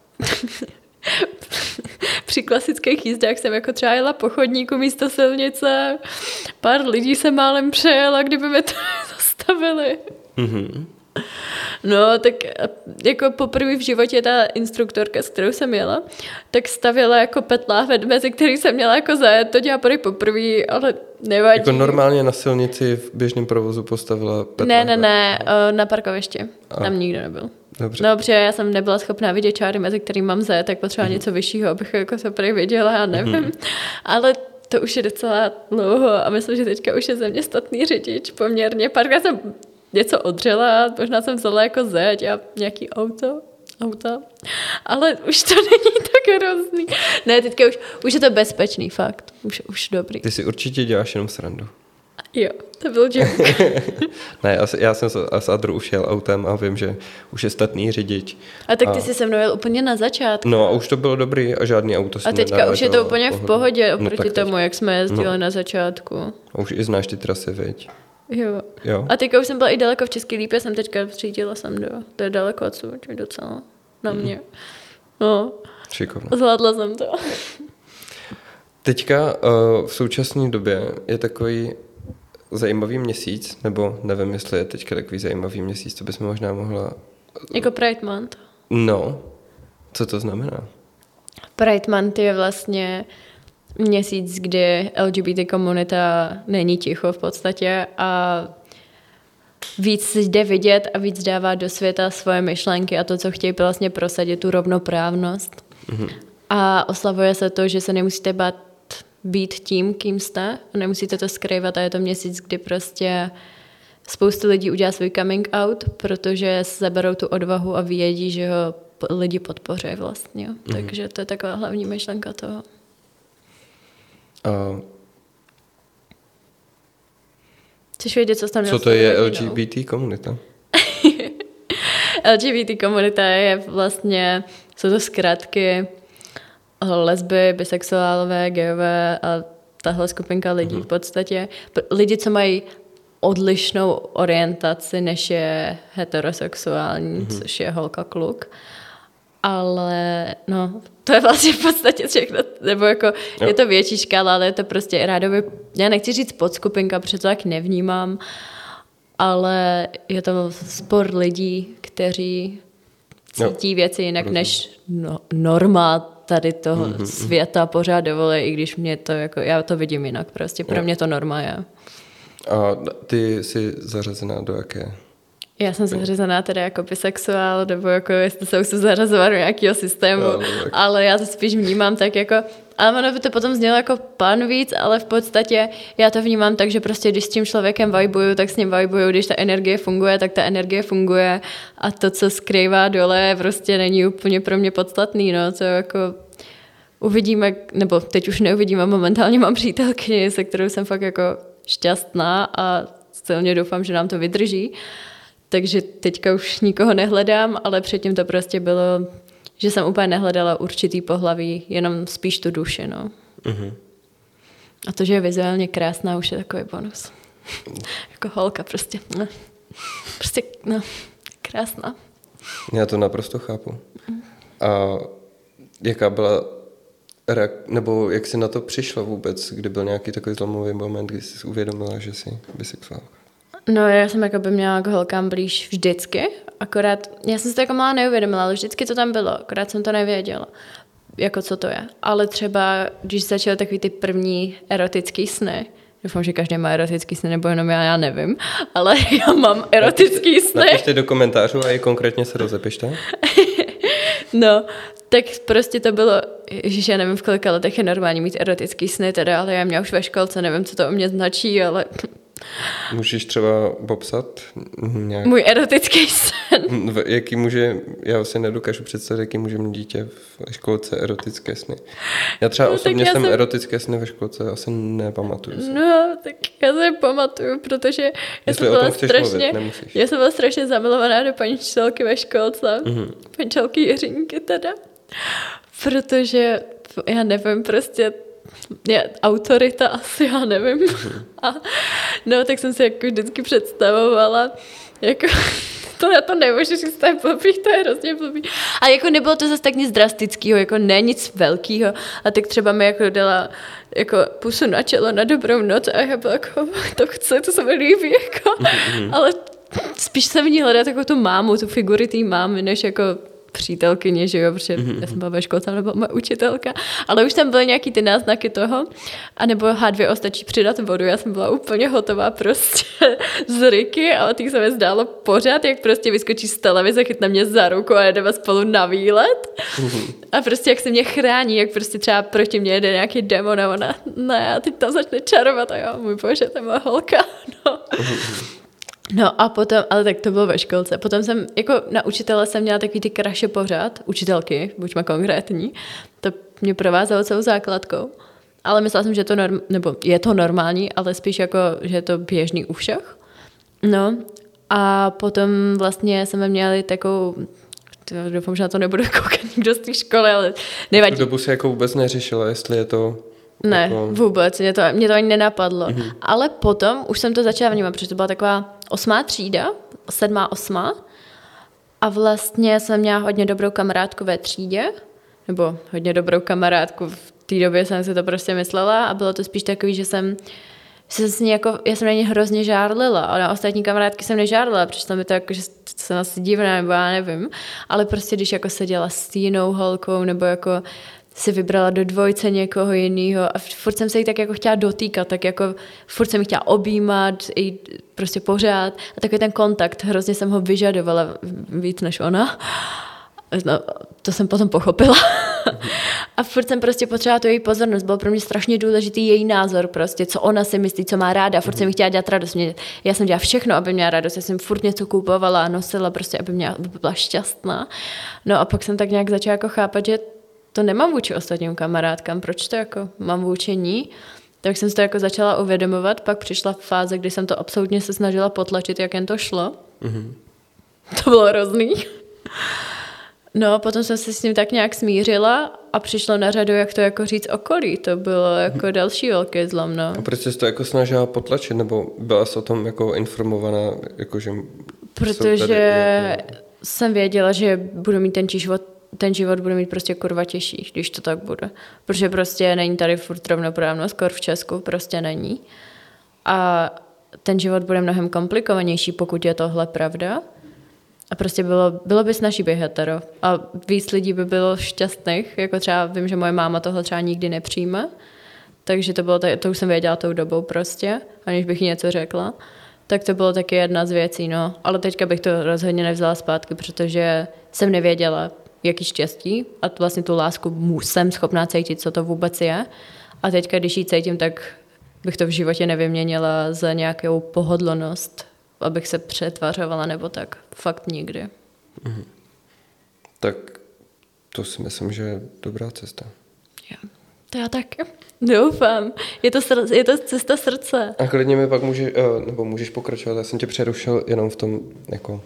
při klasických jízdách jsem jako třeba jela po chodníku místo silnice. Pár lidí se málem přejela, kdyby mě to zastavili. Mm-hmm. No, tak jako poprvé v životě ta instruktorka, s kterou jsem jela, tak stavěla jako petláhve, mezi který jsem měla jako zajet, to dělá poprvé, ale nevadí. Jako normálně na silnici v běžném provozu postavila petláhve? Ne, na parkovišti. Tam nikdo nebyl. Dobře. No, protože já jsem nebyla schopná vidět čáry, mezi kterým mám zajet, tak potřeba něco vyššího, abych jako se prý viděla, já nevím. Ale to už je docela dlouho a myslím, že teďka už je ze mě statný řidič poměrně. Párkrát jsem něco odřela, možná jsem vzala jako zeď a nějaký auto, auta. Ale už to není tak hrozný. Ne, teďka už je to bezpečný, fakt. Už dobrý. Ty si určitě děláš jenom srandu. Jo, to byl joke. Ne, já jsem s Adrou už jel autem a vím, že už je statný řidič. A tak ty jsi se mnou jel úplně na začátku. No a už to bylo dobrý a žádný auto a teďka už je to úplně v pohodě oproti tomu, jak jsme jezdili na začátku. A už i znáš ty trasy, viď? Jo. A teďka už jsem byla i daleko v České Lípě, jsem teďka řídila sem to je daleko odsud, docela na mě. No. Šikovně. Zvládla jsem to. Teďka v současné době je takový zajímavý měsíc, nebo nevím, jestli je teďka takový zajímavý měsíc, co bychom možná mohla... Jako Pride Month. No, co to znamená? Pride Month je vlastně měsíc, kdy LGBT komunita není ticho v podstatě a víc se jde vidět a víc dává do světa svoje myšlenky a to, co chtějí vlastně prosadit, tu rovnoprávnost. Mm-hmm. A oslavuje se to, že se nemusíte bát být tím, kým jste. Nemusíte to skrývat a je to měsíc, kdy prostě spoustu lidí udělá svůj coming out, protože seberou tu odvahu a vědí, že ho lidi podpoří vlastně. Mm-hmm. Takže to je taková hlavní myšlenka toho. Chceš vědět, co tam... Co to je LGBT komunita? LGBT komunita je vlastně, jsou to zkratky lesby, bisexuálové, gayové a tahle skupinka lidí v podstatě. Lidi, co mají odlišnou orientaci, než je heterosexuální, což je holka, kluk. Ale no, to je vlastně v podstatě všechno, nebo jako je to větší škála, ale je to prostě rádoby, já nechci říct podskupinka, protože to tak nevnímám, ale je to spor lidí, kteří cítí věci jinak než norma tady toho světa pořád dovolí, i když mě to jako, já to vidím jinak prostě, pro mě to norma je. A ty jsi zařazená do jaké? Já jsem zařazená teda jako bisexuál, nebo jako jestli se už zařazovat do nějakého systému, ale já to spíš vnímám tak jako, ale ono by to potom znělo jako pan víc, ale v podstatě já to vnímám tak, že prostě když s tím člověkem vibuju, tak s ním vibuju, když ta energie funguje, tak ta energie funguje a to, co skrývá dole, prostě není úplně pro mě podstatný, no, to jako uvidíme, nebo teď už neuvidíme, momentálně mám přítelkyni, se kterou jsem fakt jako šťastná a silně doufám, že nám to vydrží. Takže teďka už nikoho nehledám, ale předtím to prostě bylo, že jsem úplně nehledala určitý pohlaví, jenom spíš tu duši, no. Uh-huh. A to, že je vizuálně krásná, už je takový bonus. Jako holka prostě. No. Prostě, no, krásná. Já to naprosto chápu. A jaká byla nebo jak jsi na to přišla vůbec, kdy byl nějaký takový zlomový moment, kdy jsi uvědomila, že jsi bisexuálka? No, já jsem jako by měla k holkám blíž vždycky, akorát, já jsem si to jako malá neuvědomila, ale vždycky to tam bylo, akorát jsem to nevěděla, jako co to je. Ale třeba, když začaly takový ty první erotický sny, doufám, že každý má erotický sny, nebo jenom já nevím, ale já mám erotický sny. Napište do komentářů a i konkrétně se rozepište. No, tak prostě to bylo, ježiš, já nevím, v kolika letech je normální mít erotický sny teda, ale já měla už ve školce, nevím, co to o mě značí, ale... Můžeš třeba popsat nějak... Můj erotický sen. Jaký může, já si nedokážu představit, jaký může mít dítě v školce erotické sny. Já třeba osobně jsem erotické sny ve školce asi nepamatuju. No, tak já se pamatuju, protože já jsem byla strašně zamilovaná do paní učitelky ve školce. Paní učitelky Jiřinky teda. Protože, já nevím, prostě je autorita asi, já nevím. A, no, tak jsem si jako vždycky představovala, jako, to nemůžu říct, to je blbý, to je hrozně blbý. A jako nebylo to zase tak nic drastického, jako ne nic velkého. A tak třeba mi jako dala jako pusu na čelo na dobrou noc a já byla jako, to chci, to se mi líbí, jako. Ale spíš jsem v ní hledat jako tu mámu, tu figury té mámy, než jako přítelkyně, že jo, protože já jsem byla ve školce, ale byla moje učitelka, ale už tam byly nějaký ty náznaky toho, anebo H2O stačí přidat vodu, já jsem byla úplně hotová prostě z Riky, ale těch se mi zdálo pořád, jak prostě vyskočí z televize, chytne mě za ruku a jedeme spolu na výlet a prostě jak se mě chrání, jak prostě třeba proti mě jede nějaký demon a ona, ne, a teď tam začne čarovat a jo, můj bože, to je moje holka, no. No a potom, ale tak to bylo ve školce. Potom jsem, jako na učitele jsem měla takový ty kraše pořád, učitelky, buďme konkrétní, to mě provázelo celou základkou. Ale myslela jsem, že to nebo je to normální, ale spíš jako, že je to běžný u všech. No a potom vlastně jsme měli takovou, doufám, že na to nebudu koukat nikdo z té školy, ale nevadí. Tu dobu se jako vůbec neřešila, jestli je to... Ne, jako... vůbec, mě to ani nenapadlo. Mm-hmm. Ale potom už jsem to začala vnímat, protože to byla taková 8. třída, 7., 8. A vlastně jsem měla hodně dobrou kamarádku ve třídě, nebo hodně dobrou kamarádku, v té době jsem si to prostě myslela a bylo to spíš takový, že jsem já jsem na ně hrozně žárlila, ale na ostatní kamarádky jsem nežárlila, přišlo mi to jako, že jsem asi divná, nebo já nevím, ale prostě když jako seděla s jinou holkou, nebo jako si vybrala do dvojce někoho jiného a furt jsem se jí tak jako chtěla dotýkat, tak jako furt jsem jí chtěla objímat i prostě pořád a takový ten kontakt, hrozně jsem ho vyžadovala víc než ona. No, to jsem potom pochopila. A furt jsem prostě potřebovala tu její pozornost. Byl pro mě strašně důležitý její názor prostě, co ona si myslí, co má ráda. Furt jsem jí chtěla dělat radost. Já jsem dělala všechno, aby měla radost. Já jsem furt něco kupovala a nosila prostě, aby byla šťastná. No a pak jsem tak nějak začala jako chápat, že to nemám vůči ostatním kamarádkám. Proč to jako mám vůči ní? Tak jsem si to jako začala uvědomovat. Pak přišla fáze, kdy jsem to absolutně se snažila potlačit, jak jen to šlo. Mm-hmm. To bylo hrozný. No, potom jsem se s tím tak nějak smířila a přišlo na řadu, jak to jako říct okolí. To bylo jako další velký zlom, no. A proč jsi to jako snažila potlačit, nebo byla jsi o tom jako informovaná, jakože... Protože jsem věděla, že budu mít ten život budu mít prostě kurva těžší, když to tak bude. Protože prostě není tady furt rovnoprávnost, skoro v Česku prostě není. A ten život bude mnohem komplikovanější, pokud je tohle pravda. A prostě bylo by snažší být hetero. A víc lidí by bylo šťastných, jako třeba vím, že moje máma tohle třeba nikdy nepřijme, takže to už jsem věděla tou dobou prostě, aniž bych jí něco řekla. Tak to bylo taky jedna z věcí, no. Ale teďka bych to rozhodně nevzala zpátky, protože jsem nevěděla, jaký štěstí a vlastně tu lásku jsem schopná cítit, co to vůbec je. A teďka, když ji cítím, tak bych to v životě nevyměnila za nějakou pohodlnost, abych se přetvařovala nebo tak. Fakt nikdy. Mhm. Tak to si myslím, že je dobrá cesta. Jo. To já taky. Doufám. Je to cesta srdce. A klidně mi pak můžeš pokračovat. Já jsem tě přerušil jenom v tom, jako,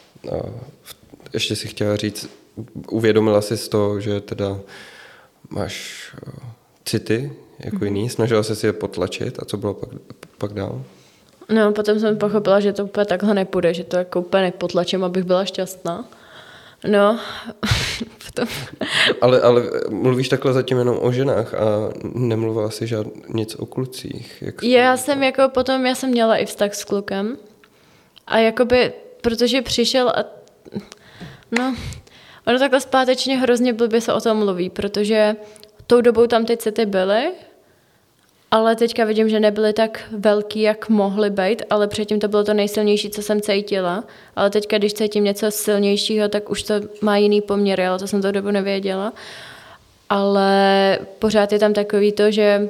ještě si chtěla říct, uvědomila jsi z toho, že teda máš city jako jiný, snažila jsi si je potlačit a co bylo pak dál? No, potom jsem pochopila, že to úplně takhle nepůjde, že to jako úplně nepotlačím, abych byla šťastná. No, potom... Ale mluvíš takhle zatím jenom o ženách a nemluvila jsi nic o klucích. Já jsem měla i vztah s klukem a jakoby, protože přišel a no, ono takhle zpátečně hrozně blbě se o tom mluví, protože tou dobou tam ty city byly, ale teďka vidím, že nebyly tak velký, jak mohly být, ale předtím to bylo to nejsilnější, co jsem cítila. Ale teďka, když cítím něco silnějšího, tak už to má jiný poměry, ale to jsem tou dobu nevěděla. Ale pořád je tam takový to, že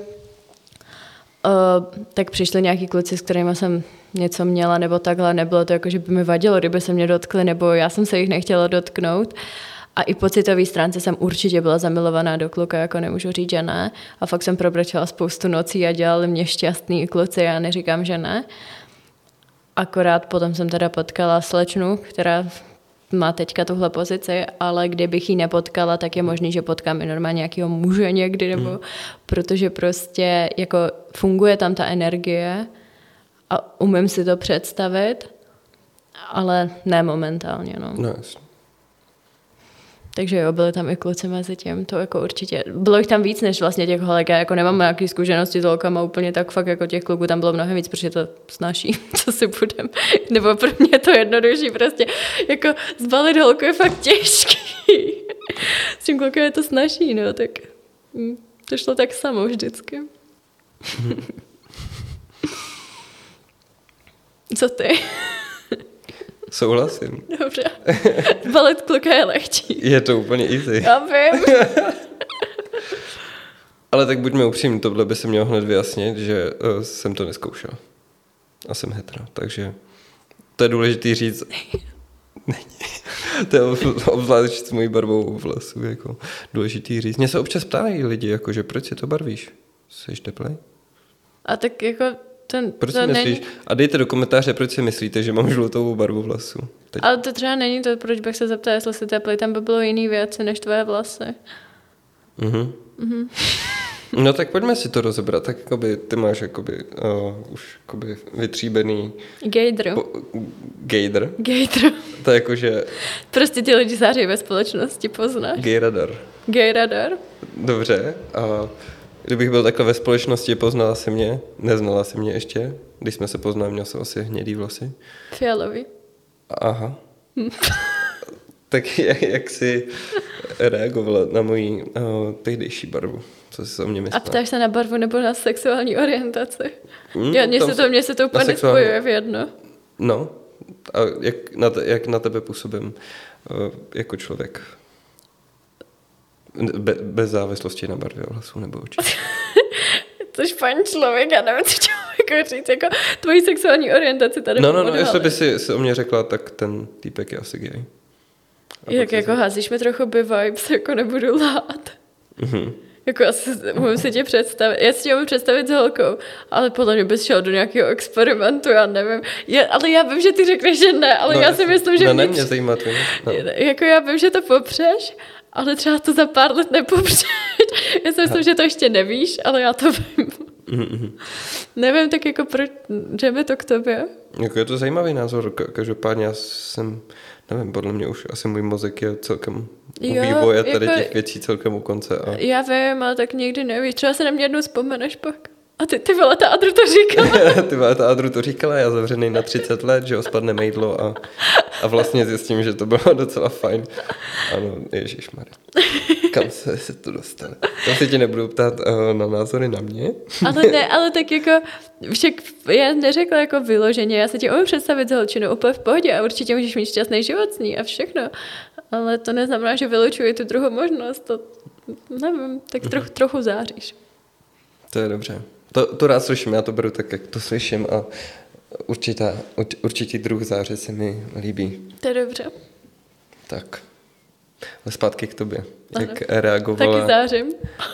tak přišli nějaký kluci, s kterými jsem něco měla, nebo takhle, nebylo to jako, že by mi vadilo, kdyby se mě dotkli, nebo já jsem se jich nechtěla dotknout. A i po citový stránce jsem určitě byla zamilovaná do kluka, jako nemůžu říct, že ne. A fakt jsem probrečela spoustu nocí a dělali mě šťastný kluci, já neříkám, že ne. Akorát potom jsem teda potkala slečnu, která má teďka tuhle pozici, ale kdybych ji nepotkala, tak je možný, že potkám i normálně nějakého muže někdy, nebo protože prostě jako funguje tam ta energie a umím si to představit, ale ne momentálně, no. No, jasně. Takže jo, byly tam i kluci mezi tím, to jako určitě. Bylo jich tam víc než vlastně těch holek, já jako nemám nějaké zkušenosti s holkama úplně tak fakt jako těch kluků tam bylo mnohem víc, protože to snaží, co si budem. Nebo pro mě je to jednodušší prostě, jako zbalit holku je fakt těžký. S tím klukem je to snaží, no, tak to šlo tak samo vždycky. Co ty? Souhlasím. Dobře. Balet kluka je lehčí. Je to úplně easy. Já vím. Ale tak buďme upřímní, tohle by se mělo hned vyjasnit, že jsem to neskoušel. A jsem hetero, takže To je důležitý říct. Není. To je obzvlášť s mojí barvou vlasů, jako důležitý říct. Mně se občas ptají lidi, jako, že proč si to barvíš? Jsi teplej? A tak jako proč si myslíš? A dejte do komentáře, proč si myslíte, že mám žlutou barvu vlasů. Teď. Ale to třeba není to, proč bych se zeptala, jestli jsi teplej, tam by bylo jiný věci než tvoje vlasy. No tak pojďme si to rozebrat. Tak jakoby, ty máš jakoby, už jakoby vytříbený... Gejdr. To je jako, že... Prostě ty lidi září ve společnosti, poznáš. Gejradar. Dobře. A kdybych byl takhle ve společnosti, poznala si mě, neznala si mě ještě. Když jsme se poznali, měl jsem asi hnědý vlasy. Fialový. Aha. Tak jak jsi reagovala na moji tehdejší barvu? Co jsi o mě myslela? A ptáš se na barvu nebo na sexuální orientaci? Mně se to úplně nespojuje v jedno. No, a jak na tebe působím jako člověk? Bez závislosti na barvě vlasů nebo očí. Jsi fajn člověk, já nevím, co jako říct, jako tvojí sexuální orientaci tady. No, jestli by si o mě řekla, tak ten týpek je asi gay. Jak jako házíš mi trochu by vibes, jako nebudu lát. Jako asi můžu si tě představit, já si tě můžu představit s holkou, ale podle mě bys šel do nějakého experimentu, já nevím. Ale já vím, že ty řekneš, že ne, ale já si myslím, že... Ne, mě zajímá to. No. Jako já vím, že to popřeš, ale třeba to za pár let nepopřeš. Já si myslím, že to ještě nevíš, ale já to vím. Nevím, tak jako proč jdeme to k tobě? Jako je to zajímavý názor, každopádně já jsem... Nevím, podle mě už asi můj mozek je celkem u vývoje tady jako, těch věcí celkem u konce. A... Já vím, ale tak nikdy nevíš. Třeba se na mě jednou vzpomeneš pak. A ty vole, ta Adru to říkala. Ty vole, ta Adru to říkala, já zavřený na 30 let, že ho spadne mejdlo a vlastně zjistím, že to bylo docela fajn. Ano, ježišmarja. Kam se to dostane? Tam se ti nebudu ptát na názory na mě. ale tak jako, však já neřekla jako vyloženě, já se ti umím představit s holčinou úplně v pohodě a určitě můžeš mít šťastný život s ní a všechno. Ale to neznamená, že vylučuji tu druhou možnost. To nevím, tak trochu záříš. To je dobře. To rád slyším, já to beru tak, jak to slyším a určitý druh záře se mi líbí. To je dobře. Tak. Ale zpátky k tobě. Ano. Jak reagovala... Taky zářím.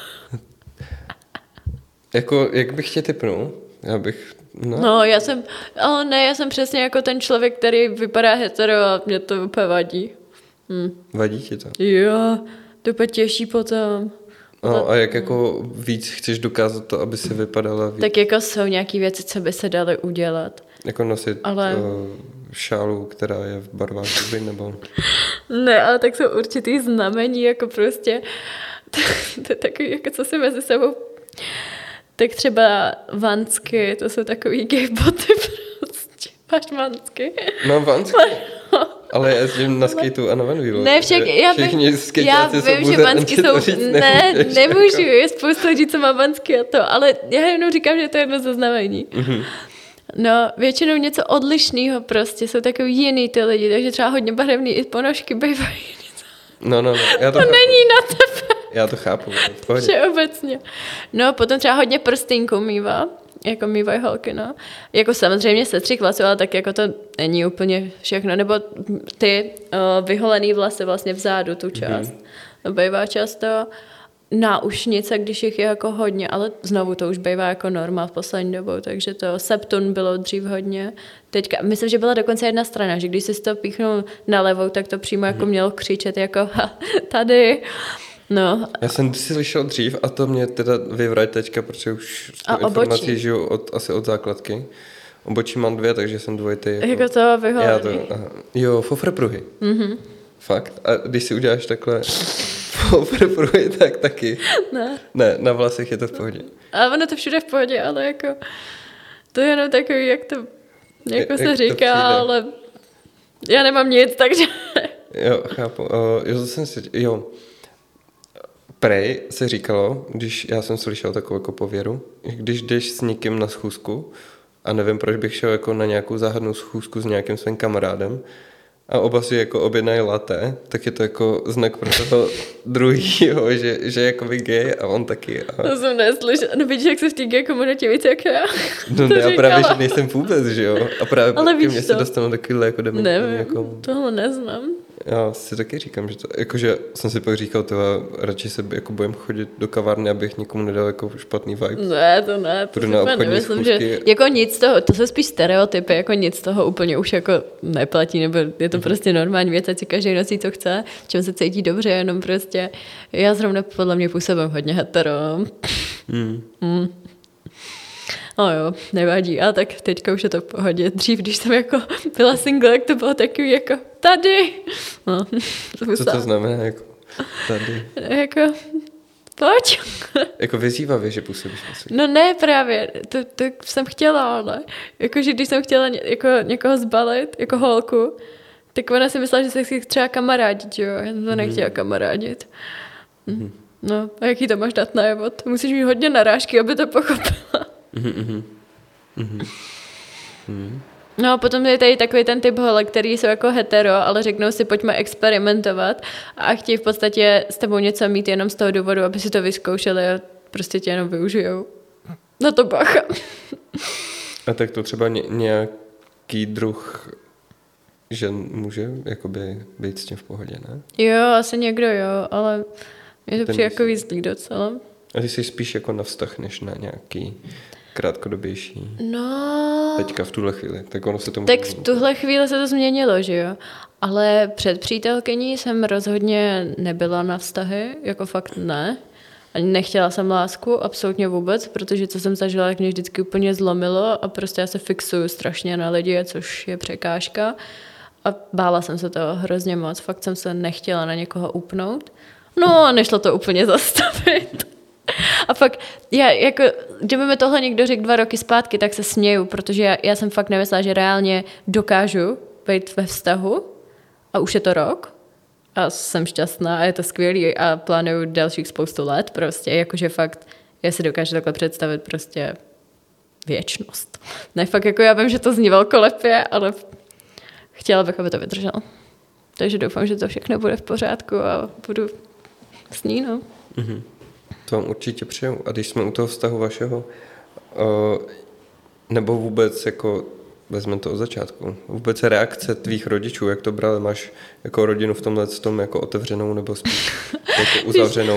Jak bych tě tipnul? Já jsem přesně jako ten člověk, který vypadá hetero a mě to úplně vadí. Vadí ti to? Jo, to úplně těší potom. No, a jak jako víc chceš dokázat to, aby si vypadala víc? Tak jako jsou nějaký věci, co by se daly udělat. Jako nosit šálu, která je v barvách zuby, nebo... Ne, ale tak jsou určitý znamení, jako prostě... To je takový, jako co si mezi sebou... Tak třeba vansky, to jsou takový gay boty prostě. Máš vansky? No, vansky. Ale já jezdím na skateu a na Van Wheelu. Ne, však já vím, že vansky jsou... Ne, nemůžu, je spousta lidí, co má vansky a to, ale já jenom říkám, že to je jedno ze znamení. No, většinou něco odlišného prostě, jsou takový jiný ty lidi, takže třeba hodně barevný i ponožky bývají. No, to není na tebe. Já to chápu. Všeobecně. No, potom třeba hodně prstýnků mívá. Jako mývají holky, no. Jako samozřejmě se 3 klasy, ale tak jako to není úplně všechno. Nebo ty vyholený vlasy vlastně vzadu, tu část. To bývá často náušnice, když jich je jako hodně, ale znovu to už bývá jako norma v poslední dobou, takže to septun bylo dřív hodně. Teďka, myslím, že byla dokonce jedna strana, že když si to píchnul na levou, tak to přímo jako mělo křičet jako tady. No. Já jsem si slyšel dřív a to mě teda vyvrať teďka, protože už informací žiju asi od základky. Obočí mám 2, takže jsem dvojitý. Jako to vyholený. Jo, fofrpruhy. Fakt? A když si uděláš takhle fofrpruhy, tak taky? Ne, na vlasech je to v pohodě. Ale ono to všude v pohodě, ale jako to je jenom takový, jak to jako se říká, ale já nemám nic, takže... Jo, chápu. Prej se říkalo, když já jsem slyšel takovou jako pověru, když jdeš s někým na schůzku a nevím, proč bych šel jako na nějakou záhadnou schůzku s nějakým svým kamarádem a oba si jako objednají latte, tak je to jako znak pro toho druhýho, že je jakoby gay a on taky. A... To jsem neslyšela. No vidíš, jak se v té gay komunitě víc jak já. No ne, a právě, že nejsem vůbec, že jo. A právě ke mně se dostanou takovýhle jako dementní. Nevím, jako... tohle neznám. Já si taky říkám, že to, jakože jsem si pak říkal, radši se jako bojím chodit do kavárny, abych nikomu nedal jako špatný vibe. Ne, to ne, to si nemyslím, že jako nic toho, to jsou spíš stereotypy, jako nic toho úplně už jako neplatí, nebo je to prostě normální věc, ať si každý nosí, co chce, čem se cítí dobře, jenom prostě já zrovna podle mě působím hodně hetero. No jo, nevadí, ale tak teďka už je to v pohodě. Dřív, když jsem jako byla single, jak to bylo takový jako tady. No, co to znamená jako tady? Jako pojď. Jako vyzývavě, že působíš na světě. No ne právě, to jsem chtěla, ale jakože když jsem chtěla jako někoho zbalit, jako holku, tak ona si myslela, že se chci třeba kamarádit, jo. Já jsem to nechtěla kamarádit. No, a jaký to máš dát najevo? Musíš mít hodně narážky, aby to pochopila. No a potom je tady takový ten typ holek, který jsou jako hetero, ale řeknou si, pojďme experimentovat a chtějí v podstatě s tebou něco mít jenom z toho důvodu, aby si to vyzkoušeli a prostě tě jenom využijou. Na to bacha. A tak to třeba nějaký druh žen může jakoby být s tím v pohodě, ne? Jo, asi někdo jo, ale je to přijde jako výzlý docela. A ty jsi spíš jako na vztah, než na nějaký krátkodobější. No... Teďka v tuhle chvíli. Tak ono se to tak v tuhle chvíli se to změnilo, že jo? Ale před přítelkyní jsem rozhodně nebyla na vztahy, jako fakt ne. Ani nechtěla jsem lásku, absolutně vůbec, protože co jsem zažila, tak mě vždycky úplně zlomilo a prostě já se fixuju strašně na lidi, což je překážka. A bála jsem se toho hrozně moc. Fakt jsem se nechtěla na někoho upnout. No a nešlo to úplně zastavit. A fakt, jako, kdyby mi tohle někdo řekl 2 roky zpátky, tak se směju, protože já jsem fakt nemyslela, že reálně dokážu být ve vztahu a už je to rok a jsem šťastná a je to skvělý a plánuju dalších spoustu let prostě, jakože fakt, já si dokážu takhle představit prostě věčnost. Ne, fakt jako já vím, že to zní velkolepě, ale chtěla bych, aby to vydrželo. Takže doufám, že to všechno bude v pořádku a budu s ní, no. Mm-hmm. To vám určitě přeju. A když jsme u toho vztahu vašeho, nebo vůbec jako, vezmeme to od začátku, vůbec reakce tvých rodičů, jak to brali, máš jako rodinu v tomhle tom jako otevřenou nebo spíš jako uzavřenou?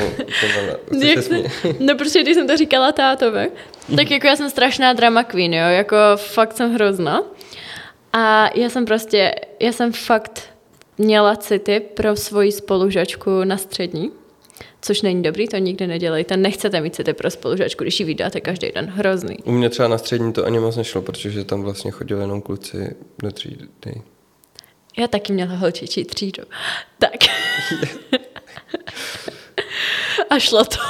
No protože když jsem to říkala tátovi, tak jako já jsem strašná drama queen, jo, jako fakt jsem hrozná. A já jsem fakt měla city pro svoji spolužačku na střední. Což není dobrý, to nikdy nedělejte. Nechcete mít city pro spolužačku, když ji vydáte každý den. Hrozný. U mě třeba na střední to ani moc nešlo, protože tam vlastně chodili jenom kluci do třídy. Já taky měla holčičí třídu. Tak. A šlo to.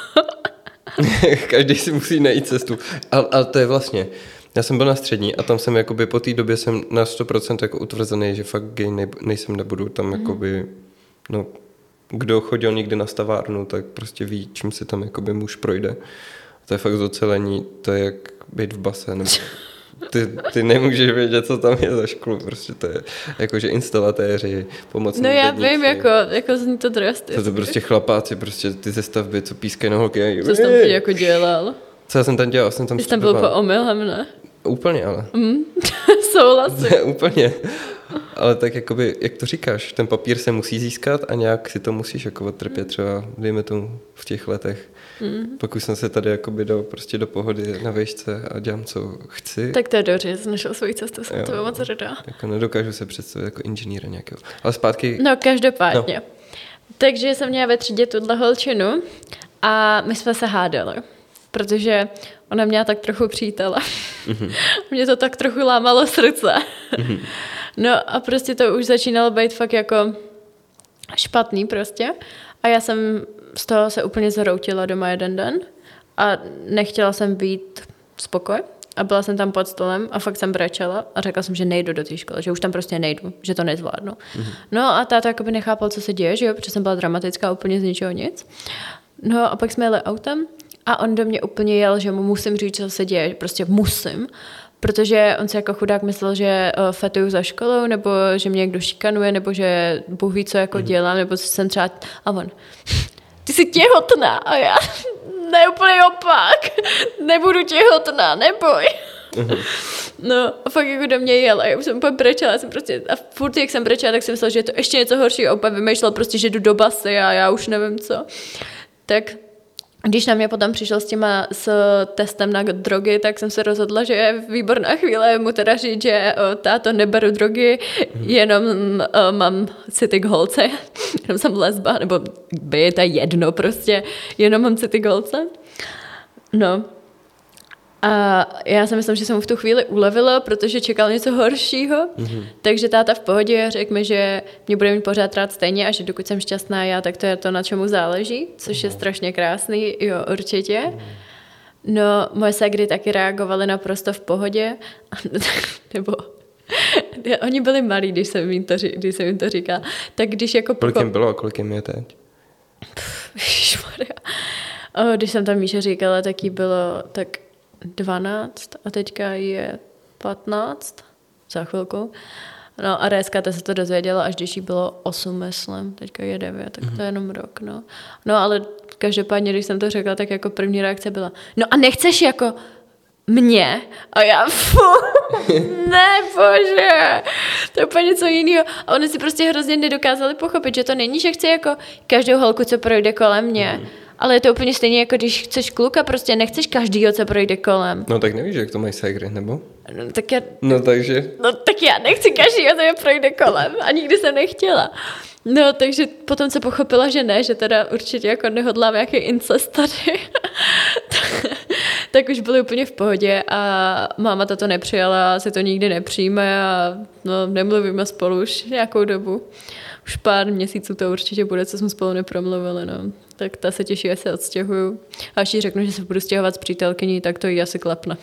Každý si musí najít cestu. Ale to je vlastně... Já jsem byl na střední a tam jsem jakoby po té době jsem na 100% jako utvrzený, že fakt gay nejsem, nebudu tam jakoby... No, kdo chodil někdy na stavárnu, tak prostě ví, čím se tam jakoby muž projde. A to je fakt zocelení, to je jak být v base. Nebo ty nemůžeš vědět, co tam je za školu. Prostě to je jakože instalatéři, pomocní. No já vím, jako zní to drasticky. To prostě chlapáci, prostě ty ze stavby, co pískají na holky. Co jsi tam teď jako dělal? Co já jsem tam dělal? Jsi tam byl po omylem, ne? Úplně, ale. Souhlasím. Ne, úplně. Ale tak jakoby, jak to říkáš, ten papír se musí získat a nějak si to musíš jako odtrpět třeba, dejme tomu v těch letech. Pak už jsem se tady jakoby dal prostě do pohody na výšce a dělám, co chci. Tak to je dobře, jsi našel svoji cestu, jsem to moc řada. Jako nedokážu se představit jako inženýra nějakého. Ale zpátky... No, každopádně. No. Takže jsem měla ve třídě tuhle holčinu a my jsme se hádali, protože ona měla tak trochu přítele. Mě to tak trochu lámalo srdce. No a prostě to už začínalo být fakt jako špatný prostě. A já jsem z toho se úplně zhroutila doma jeden den a nechtěla jsem být spokoj. A byla jsem tam pod stolem a fakt jsem brečela a řekla jsem, že nejdu do té školy, že už tam prostě nejdu, že to nezvládnu. No a táta jakoby nechápal, co se děje, že jo, protože jsem byla dramatická úplně z ničeho nic. No a pak jsme jeli autem a on do mě úplně jel, že mu musím říct, co se děje, prostě musím, protože on si jako chudák myslel, že fetuju za školou, nebo že mě někdo šikanuje, nebo že Bůh ví, co jako dělám, nebo jsem třeba... A on, ty jsi těhotná a já, ne úplně opak, nebudu těhotná, neboj. No a fakt jako do mě jel a já už jsem úplně brečela, a furt jak jsem brečela, tak jsem myslela, že je to ještě něco horšího, úplně vymýšlel prostě, že jdu do basy a já už nevím co. Tak když na mě potom přišel s testem na drogy, tak jsem se rozhodla, že je výborná chvíle mu teda říct, že táto neberu drogy, jenom mám city k holce, jenom jsem lesba, nebo by je to jedno prostě, jenom mám city k holce. No. A já si myslím, že jsem mu v tu chvíli ulevila, protože čekal něco horšího, takže táta v pohodě řekl mi, že mě bude mít pořád rád stejně a že dokud jsem šťastná já, tak to je to, na čemu záleží, což je strašně krásný, jo, určitě. No, moje ségry taky reagovaly naprosto v pohodě, nebo oni byli malí, když jsem jim to říkala. Tak když jako... Kolik jim bylo a kolik jim je teď? Ježišmarja. Když jsem tam Míše říkala, tak jí bylo tak 12 a teďka je 15 za chvilku. No a Réska se to dozvěděla, až když jí bylo 8, myslím, teďka je 9, tak to je jenom rok, no. No ale každopádně, když jsem to řekla, tak jako první reakce byla, no a nechceš jako mě? A já, ne, bože, to je úplně něco jiného. A oni si prostě hrozně nedokázali pochopit, že to není, že chci jako každou holku, co projde kolem mě, ale je to úplně stejně, jako když chceš kluka, prostě nechceš každýho, co projde kolem. No tak nevíš, jak to mají ségry, nebo? No tak já nechci každýho, co mě projde kolem a nikdy jsem nechtěla. No, takže potom se pochopila, že ne, že teda určitě jako nehodlám nějaký incest tady. Tak už byli úplně v pohodě a máma to nepřijala, si to nikdy nepřijme a no, nemluvíme spolu už nějakou dobu. Už pár měsíců to určitě bude, co jsme spolu nepromluvili, no. Tak ta se těší, až se odstěhuju. A až jí řeknu, že se budu stěhovat s přítelkyní, tak to jí asi klapne.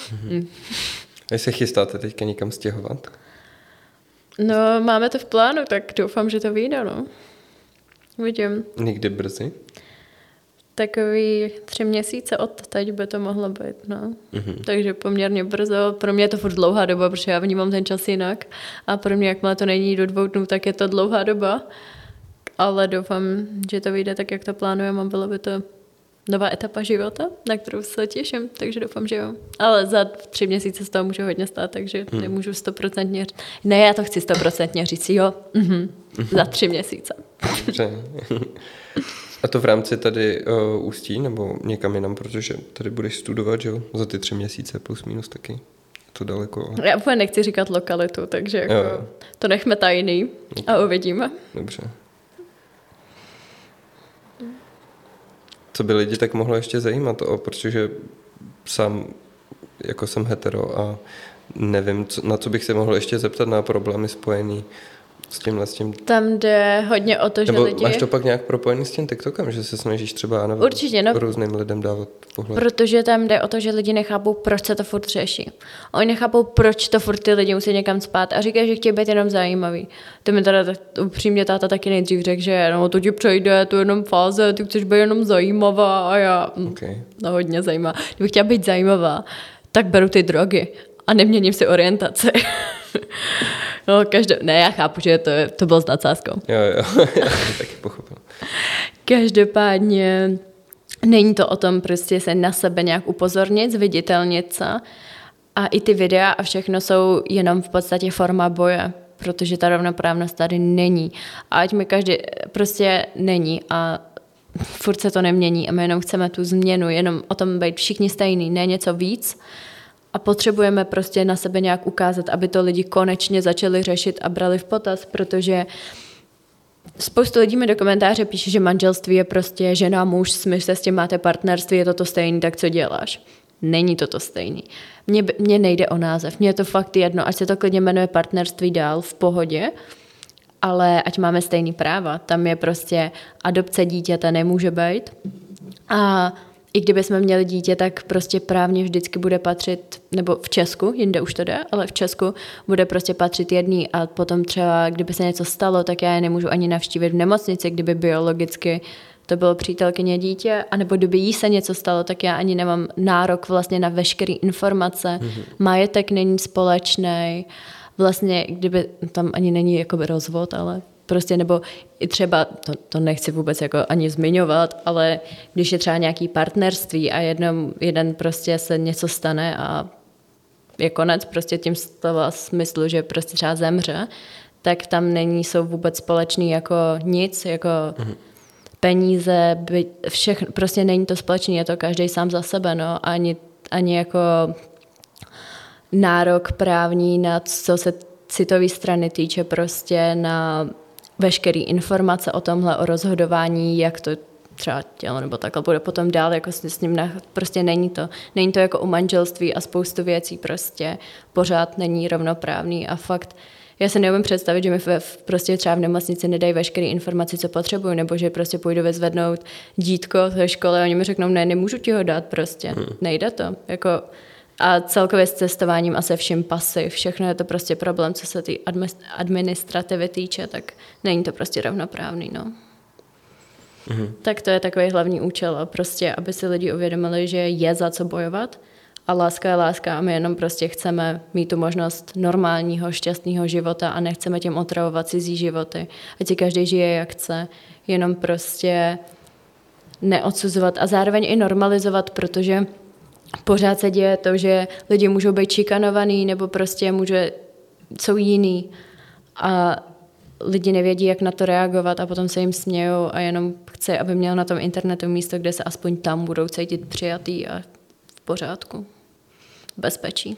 A se chystáte teďka někam stěhovat? No, máme to v plánu, tak doufám, že to vyjde, no. Vidím. Někdy brzy? Takový 3 měsíce od teď by to mohlo být, no. Takže poměrně brzo. Pro mě je to furt dlouhá doba, protože já vnímám ten čas jinak. A pro mě, jakmile to není do 2 dnů, tak je to dlouhá doba. Ale doufám, že to vyjde tak, jak to plánujeme a bylo by to nová etapa života, na kterou se těším, takže doufám, že jo. Ale za 3 měsíce z toho může hodně stát, takže nemůžu 100%... Ne, já to chci 100% říct, jo. Za 3 měsíce. Dobře. A to v rámci tady Ústí nebo někam jinam, protože tady budeš studovat, že jo? Za ty 3 měsíce plus minus taky. To daleko. Ale... Já úplně nechci říkat lokalitu, takže jako jo. To nechme tajný a uvidíme. Dobře. Co by lidi tak mohlo ještě zajímat, protože sám jako jsem hetero a nevím, na co bych se mohl ještě zeptat, na problémy spojený s tím. Tam jde hodně o to, že lidi... máš to pak nějak propojený s tím TikTokem, že se snažíš třeba určitě, no, různým lidem dávat pohled? Protože tam jde o to, že lidi nechápou, proč se to furt řeší. Oni nechápou, proč to furt ty lidi musí někam spát a říkají, že chtějí být jenom zajímavý. To mi teda upřímně táta taky nejdřív řekl, že no, to ti přejde, to je jenom fáze, ty chceš být jenom zajímavá a já no, hodně zajímavá. Kdybych chtěla být zajímavá, tak beru ty drogy a neměním si orientaci. No, ne, já chápu, že to bylo s nadsázkou. Jo, já taky pochopil. Každopádně není to o tom prostě se na sebe nějak upozornit, zviditelnit se. A i ty videa a všechno jsou jenom v podstatě forma boje, protože ta rovnoprávnost tady není. A ať mi každý prostě není a furt se to nemění a my jenom chceme tu změnu, jenom o tom být všichni stejný, ne něco víc. A potřebujeme prostě na sebe nějak ukázat, aby to lidi konečně začali řešit a brali v potaz, protože spoustu lidí mi do komentáře píše, že manželství je prostě žena, muž, smíš se s tím, máte partnerství, je to stejný, tak co děláš? Není to stejný. Mně nejde o název, mně je to fakt jedno, ať se to klidně jmenuje partnerství dál v pohodě, ale ať máme stejný práva. Tam je prostě adopce dítěte nemůže být a i kdyby jsme měli dítě, tak prostě právně vždycky bude patřit, nebo v Česku, jinde už to jde, ale v Česku bude prostě patřit jedný a potom třeba, kdyby se něco stalo, tak já je nemůžu ani navštívit v nemocnici, kdyby biologicky to bylo přítelkyně dítě, anebo kdyby jí se něco stalo, tak já ani nemám nárok vlastně na veškeré informace. Majetek není společný, vlastně kdyby tam ani není jakoby rozvod, ale prostě nebo i třeba, to nechci vůbec jako ani zmiňovat, ale když je třeba nějaký partnerství a jeden prostě se něco stane a je konec prostě tím slova smyslu, že prostě třeba zemře, tak tam jsou vůbec společný jako nic, jako peníze, všechno, prostě není to společný, je to každý sám za sebe, no, ani jako nárok právní na co se citové strany týče prostě na veškeré informace o tomhle, o rozhodování, jak to třeba tělo nebo takhle bude potom dál, jako s ním prostě není to jako u manželství a spoustu věcí prostě pořád není rovnoprávný a fakt já se neumím představit, že mi prostě třeba v nemocnici nedají veškeré informace, co potřebuju, nebo že prostě půjdu vyzvednout dítko ze školy a oni mi řeknou, ne, nemůžu ti ho dát prostě, nejde to, jako a celkově s cestováním a se vším pasy, všechno je to prostě problém, co se ty administrativy týče, tak není to prostě rovnoprávný, no. Tak to je takový hlavní účel a prostě, aby si lidi uvědomili, že je za co bojovat a láska je láska a my jenom prostě chceme mít tu možnost normálního, šťastného života a nechceme tím otravovat cizí životy. Ať si každý žije jak chce, jenom prostě neodsuzovat a zároveň i normalizovat, protože pořád se děje to, že lidi můžou být šikanovaný nebo prostě jsou jiný a lidi nevědí, jak na to reagovat a potom se jim smějou a jenom chce, aby měl na tom internetu místo, kde se aspoň tam budou cítit přijatý a v pořádku. Bezpečí.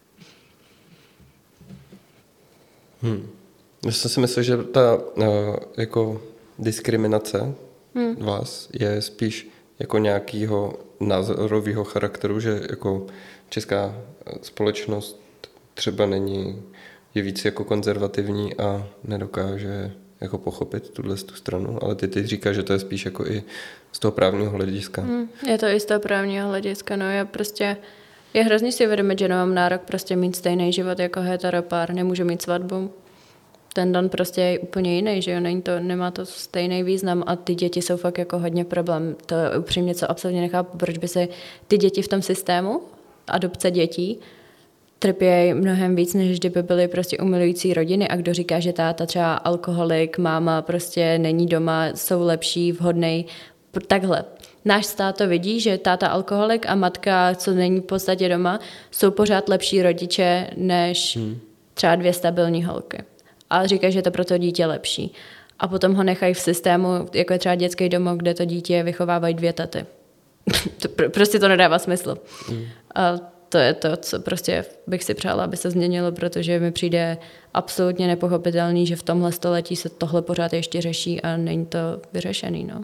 Já jsem si myslel, že ta jako diskriminace vás je spíš jako nějakého názorového charakteru, že jako česká společnost třeba je víc jako konzervativní a nedokáže jako pochopit tu stranu, ale ty říkáš, že to je spíš jako i z toho právního hlediska. Je to i z toho právního hlediska, no je hrozně si uvědomit, že nemám nárok prostě mít stejný život jako heteropár, nemůžu mít svatbu. Ten den prostě je úplně jiný, že jo, nemá to stejný význam a ty děti jsou fakt jako hodně problém. To je upřímně, co absolutně nechápu, proč by se ty děti v tom systému, adopce dětí, trpějí mnohem víc, než kdyby byly prostě umilující rodiny a kdo říká, že táta třeba alkoholik, máma prostě není doma, jsou lepší, vhodnej, takhle. Náš stát to vidí, že táta alkoholik a matka, co není v podstatě doma, jsou pořád lepší rodiče než třeba 2 stabilní holky. A říkají, že je to pro to dítě lepší. A potom ho nechají v systému, jako je třeba dětský domov, kde to dítě vychovávají 2 taty. Prostě to nedává smysl. A to je to, co prostě bych si přála, aby se změnilo, protože mi přijde absolutně nepochopitelný, že v tomhle století se tohle pořád ještě řeší a není to vyřešený. No.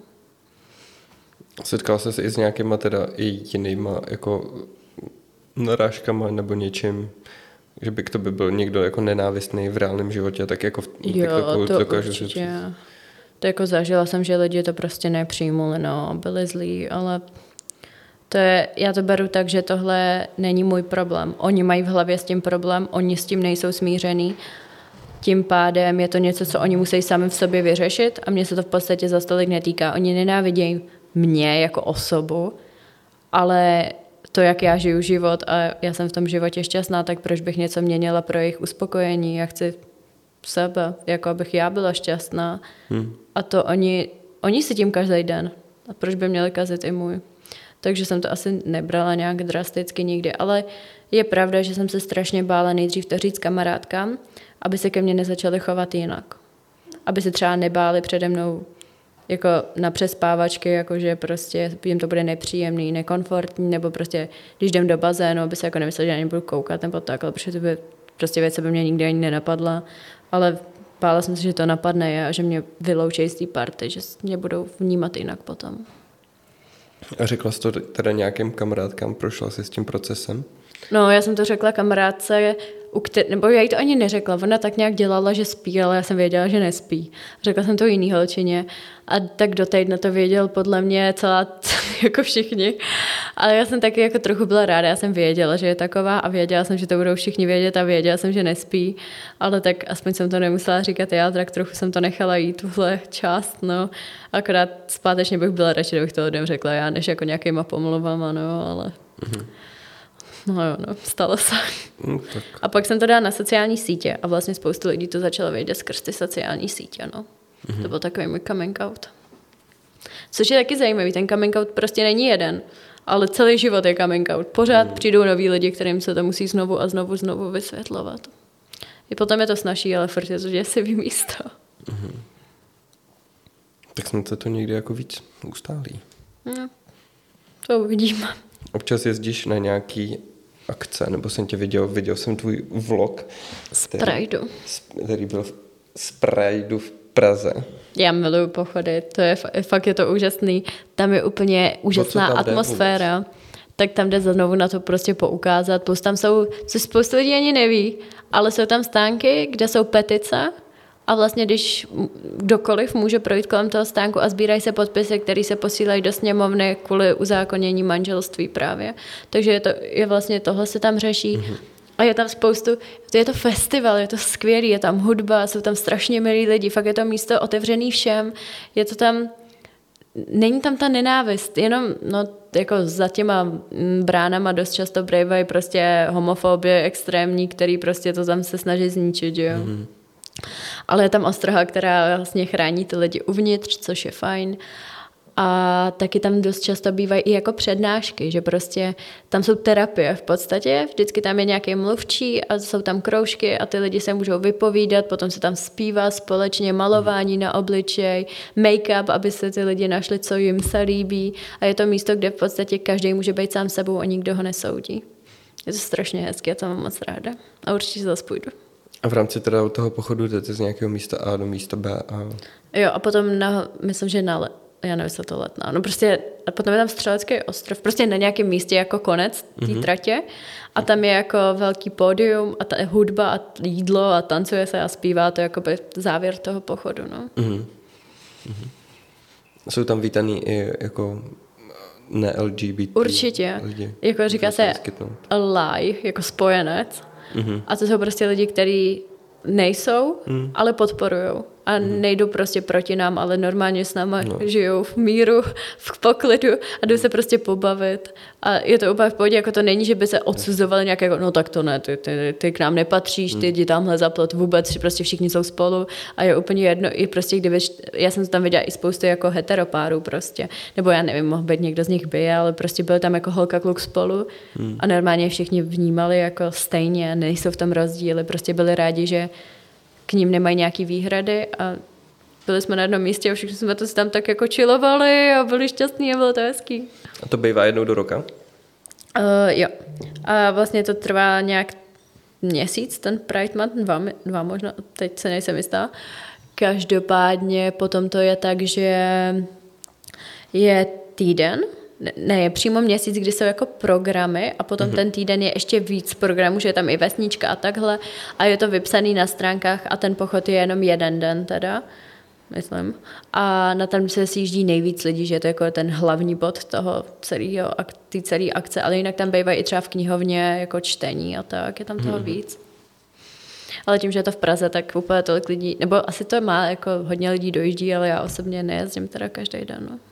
Setkal jsi se i s nějakýma teda i jinýma jako narážkama nebo něčím, že by k tobě byl někdo jako nenávistný v reálném životě, tak jako to určitě. To jako zažila jsem, že lidi to prostě nepřijmuli, no, byli zlí, ale já to beru tak, že tohle není můj problém. Oni mají v hlavě s tím problém, oni s tím nejsou smířený, tím pádem je to něco, co oni musí sami v sobě vyřešit a mě se to v podstatě za stolik netýká. Oni nenávidějí mě jako osobu, ale to, jak já žiju život a já jsem v tom životě šťastná, tak proč bych něco měnila pro jejich uspokojení? Já chci sebe, jako abych já byla šťastná. A to oni si tím každý den. A proč by měli kazit i můj? Takže jsem to asi nebrala nějak drasticky nikdy, ale je pravda, že jsem se strašně bála nejdřív to říct kamarádkám, aby se ke mně nezačaly chovat jinak. Aby se třeba nebáli přede mnou jako na přespávačky, jakože prostě jim to bude nepříjemný, nekomfortní, nebo prostě, když jdem do bazénu, aby se jako nemysleli, že já nebudu koukat nebo tak, ale protože to by prostě věc by mě nikdy ani nenapadla, ale bála jsem se, že to napadne a že mě vyloučí z té party, že mě budou vnímat jinak potom. A řekla jsi to teda nějakým kamarádkám, prošla jsi s tím procesem? No, já jsem to řekla kamarádce, nebo já jí to ani neřekla, ona tak nějak dělala, že spí, ale já jsem věděla, že nespí. Řekla jsem to jiný holčině a tak do týdne to věděl podle mě jako všichni. Ale já jsem taky jako trochu byla ráda, já jsem věděla, že je taková a věděla jsem, že to budou všichni vědět a věděla jsem, že nespí, ale tak aspoň jsem to nemusela říkat já, tak trochu jsem to nechala jít tuhle část, no. Akorát zpátečně bych byla radši, kdybych to lidem řekla já, než jako nějakýma pomluvama, no, ale... No jo, no, stalo se. Tak. A pak jsem to dala na sociální sítě a vlastně spoustu lidí to začalo vědět skrz ty sociální sítě, no. To byl takový můj coming out. Což je taky zajímavý, ten coming out prostě není jeden, ale celý život je coming out. Pořád přijdou noví lidi, kterým se to musí znovu a znovu vysvětlovat. I potom je to snaží, ale furt je to děsivý místo. Tak snad se to někdy jako víc ustálí. No, to uvidíme. Občas jezdíš na nějaký akce, nebo jsem tě viděl jsem tvůj vlog. Který byl z Prideu v Praze. Já miluju pochody, fakt je to úžasný. Tam je úplně úžasná atmosféra. Tak tam jde znovu na to prostě poukázat. Plus tam jsou, což spoustu lidí ani neví, ale jsou tam stánky, kde jsou petice a vlastně když kdokoliv může projít kolem toho stánku a sbírají se podpisy, které se posílají do sněmovny kvůli uzákonění manželství právě. Takže je vlastně tohle se tam řeší. A je tam spoustu, je to festival, je to skvělý, je tam hudba, jsou tam strašně milí lidi, fakt je to místo otevřený všem, je to tam, není tam ta nenávist, jenom no, jako za těma bránama dost často brejvají prostě homofobie extrémní, který prostě to tam se snaží zničit, jo. Ale je tam ostraha, která vlastně chrání ty lidi uvnitř, což je fajn. A taky tam dost často bývají i jako přednášky, že prostě tam jsou terapie v podstatě, vždycky tam je nějaký mluvčí a jsou tam kroužky a ty lidi se můžou vypovídat, potom se tam zpívá společně, malování na obličej, make-up, aby se ty lidi našli, co jim se líbí a je to místo, kde v podstatě každý může být sám sebou a nikdo ho nesoudí. Je to strašně hezké, já to mám moc ráda a určitě zase půjdu. A v rámci teda toho pochodu jdete z nějakého místa A do místa B a... Jo, a potom myslím, že já nevím, co to Letná. No prostě, a potom je tam Střelecký ostrov, prostě na nějakém místě jako konec té tratě a tam je jako velký pódium a hudba a jídlo a tancuje se a zpívá, to je jako závěr toho pochodu, no. Jsou tam vítaný i jako ne-LGBT určitě. lidi. Jako říká se ally, jako spojenec. A to jsou prostě lidi, kteří nejsou, ale podporujou. A nejdou prostě proti nám, ale normálně s náma žijou v míru, v poklidu a jdou se prostě pobavit. A je to úplně v pohodě, jako to není, že by se odsuzovali nějak jako, no tak to ne, ty k nám nepatříš, ty jdi tamhle zaplot vůbec, že prostě všichni jsou spolu a je úplně jedno, i prostě kdyby, já jsem tam viděla i spoustu jako heteropárů prostě, nebo já nevím, mohl být někdo z nich by, ale prostě byl tam jako holka, kluk spolu a normálně všichni vnímali jako stejně, nejsou v tom rozdíly, prostě byli rádi, že k ním nemají nějaký výhrady a byli jsme na jednom místě a všichni jsme to si tam tak jako chillovali a byli šťastní a bylo to hezký. A to bývá jednou do roka? Jo. A vlastně to trvá nějak měsíc, ten Pride Month, dva možná, teď se nejsem jistá. Každopádně potom to je tak, že je týden, ne, je přímo měsíc, kdy jsou jako programy a potom ten týden je ještě víc programů, že je tam i vesnička a takhle a je to vypsaný na stránkách a ten pochod je jenom jeden den teda, myslím. A na ten se sjíždí nejvíc lidí, že je to jako ten hlavní bod toho té celé akce, ale jinak tam bývají i třeba v knihovně jako čtení a tak, je tam toho víc. Ale tím, že je to v Praze, tak úplně tolik lidí, nebo asi to má, jako hodně lidí dojíždí, ale já osobně nejezdím teda každý den, no.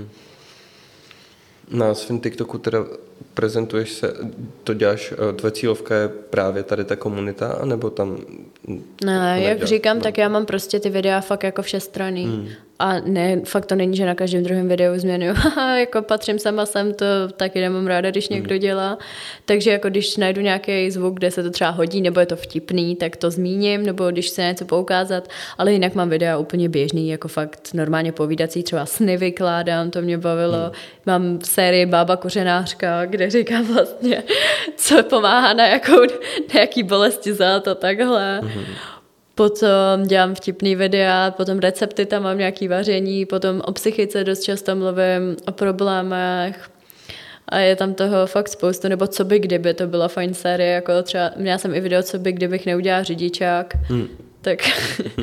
Na svém TikToku teda prezentuješ se, to děláš, tvoje cílovka je právě tady ta komunita, anebo tam... Ne, jak říkám, tak já mám prostě ty videa fakt jako všestranný. A ne, fakt to není, že na každém druhém videu změnuju, jako patřím sama sem, to taky nemám ráda, když někdo dělá. Takže jako když najdu nějaký zvuk, kde se to třeba hodí, nebo je to vtipný, tak to zmíním, nebo když se něco poukázat, ale jinak mám videa úplně běžný, jako fakt normálně povídací, třeba sny vykládám, to mě bavilo. Mám sérii Bába kořenářka, kde říkám vlastně, co pomáhá na nějaký bolesti zad a takhle. Potom dělám vtipný videa, potom recepty, tam mám nějaký vaření, potom o psychice dost často mluvím, o problémech a je tam toho fakt spoustu, nebo co by kdyby, to byla fajn série, jako třeba měla jsem i video, co by kdybych neudělala řidičák,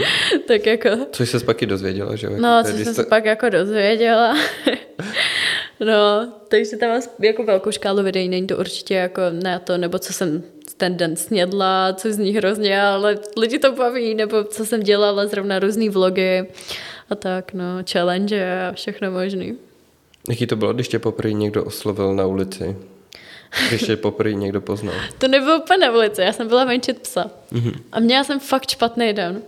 tak jako... Což ses pak i dozvěděla, že jo? No, co jsem se pak jako dozvěděla. No, takže tam mám jako velkou škálu videí, není to určitě jako na to, nebo co jsem ten den snědla, co zní hrozně, ale lidi to baví, nebo co jsem dělala, zrovna různý vlogy a tak, no, challenge a všechno možný. Jaký to bylo, když tě poprvé někdo oslovil na ulici? Když tě poprvé někdo poznal? To nebylo úplně na ulici, já jsem byla venčit psa. A měla jsem fakt špatný den.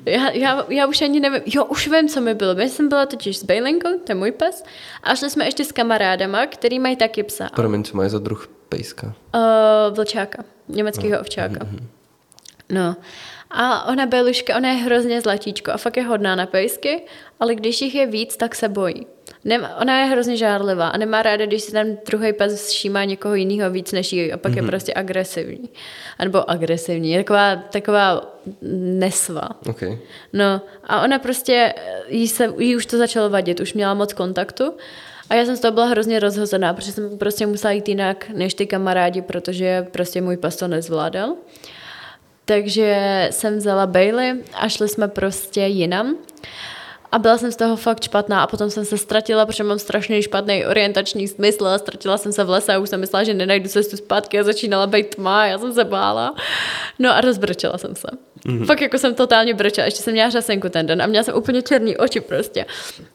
Já už ani nevím, už vím, co mi bylo. Já jsem byla totiž s Bejlenkou, to je můj pes, a šli jsme ještě s kamarádama, který mají taky psa. Promiň, co mají za druh pejska? Vlčáka, německého ovčáka. No. A ona Beluška, ona je hrozně zlatíčko a fakt je hodná na pejsky, ale když jich je víc, tak se bojí. Ona je hrozně žárlivá a nemá ráda, když si ten druhý pes všímá někoho jiného víc než jí a pak je prostě agresivní. Nebo agresivní, je taková nesva. Okay. No a ona prostě, jí už to začalo vadit, už měla moc kontaktu a já jsem z toho byla hrozně rozhozená, protože jsem prostě musela jít jinak než ty kamarádi, protože prostě můj pes to nezvládal. Takže jsem vzala Bailey a šli jsme prostě jinam. A byla jsem z toho fakt špatná a potom jsem se ztratila, protože mám strašně špatný orientační smysl a ztratila jsem se v lese a už jsem myslela, že nenajdu cestu zpátky a začínala být tma a já jsem se bála. No a rozbrčela jsem se. Fakt jako jsem totálně brčela, ještě jsem měla řasenku ten den a měla jsem úplně černý oči prostě.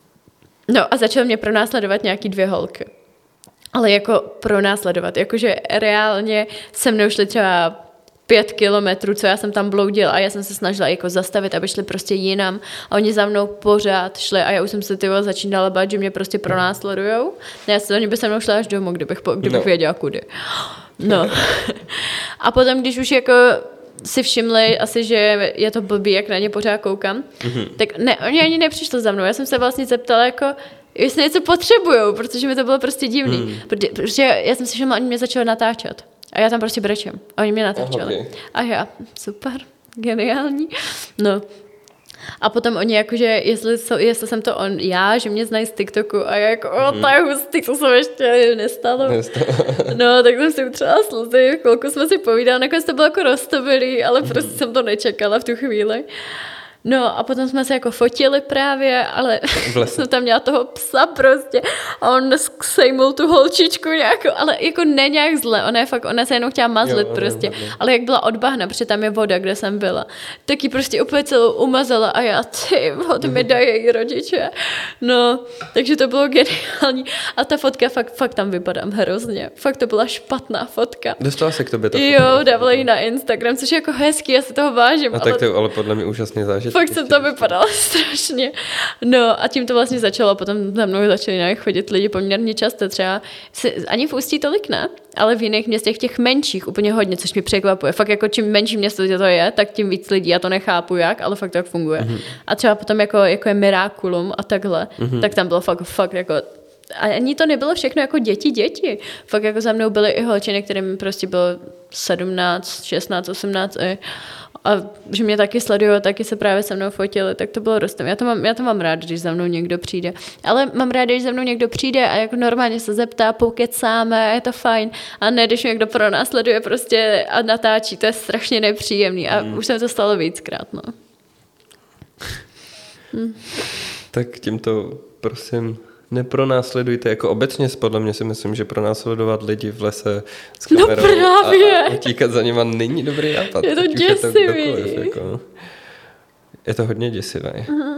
No a začaly mě pronásledovat nějaký 2 holky. Ale jako pronásledovat, jakože reálně se mnou šli třeba 5 kilometrů, co já jsem tam bloudila a já jsem se snažila jako zastavit, aby šli prostě jinam a oni za mnou pořád šli a já už jsem se začínala bát, že mě prostě pronásledujou. Oni by se mnou šli až domů, kdybych věděla kudy. No. A potom, když už jako si všimli asi, že je to blbý, jak na ně pořád koukám, tak ne, oni ani nepřišli za mnou. Já jsem se vlastně zeptala jako, jestli něco potřebujou, protože mi to bylo prostě divný. Protože já jsem si všimla, oni mě začali natáčet. A já tam prostě brečím. A oni mě natáčeli. Okay. A já, super, geniální. No. A potom oni jakože, jestli jsem to já, že mě znají z TikToku a já jako, to je hustý, to se ještě nestalo. No, tak jsem si utřela slzy, chvilku jsme si povídali, nakonec to bylo jako roztobilý, ale prostě jsem to nečekala v tu chvíli. No a potom jsme se jako fotili právě, ale jsem tam měla toho psa prostě a on sejmul tu holčičku nějakou, ale jako ne nějak zle, ona se jenom chtěla mazlit prostě, ale jak byla od bahna, protože tam je voda, kde jsem byla, tak ji prostě úplně celou umazala a já, ty mi dají její rodiče. No, takže to bylo geniální a ta fotka fakt tam vypadám hrozně, fakt to byla špatná fotka. Dostala se k tobě ta fotka? Jo, dávala ji na Instagram, což je jako hezký, já si toho vážím. A tak to ale podle mě úžasný zážitek. Fakt jsem to vypadala strašně. No a tím to vlastně začalo, potom za mnou začali chodit lidi poměrně často, třeba ani v Ústí tolik ne, ale v jiných městech těch menších úplně hodně, což mě překvapuje. Fakt jako čím menší město to je, tak tím víc lidí, já to nechápu jak, ale fakt tak funguje. A třeba potom jako je Miraculum a takhle, tak tam bylo fakt jako a ani to nebylo všechno jako děti. Fakt jako za mnou byly i holčiny, kterým prostě bylo 17, 16, 18 a že mě taky sledují, taky se právě se mnou fotili, tak to bylo rostem. Já to mám rád, když za mnou někdo přijde. Ale mám rád, když za mnou někdo přijde a jako normálně se zeptá, poukecáme, je to fajn. A ne, když mě někdo pronásleduje prostě a natáčí, to je strašně nepříjemný. A už se to stalo víckrát, no. Tak tímto, prosím, nepronásledujte, jako obecně podle mě si myslím, že pronásledovat lidi v lese s kamerou a utíkat za nima není dobrý nápad. Je to děsivý. Jako. Je to hodně děsivé.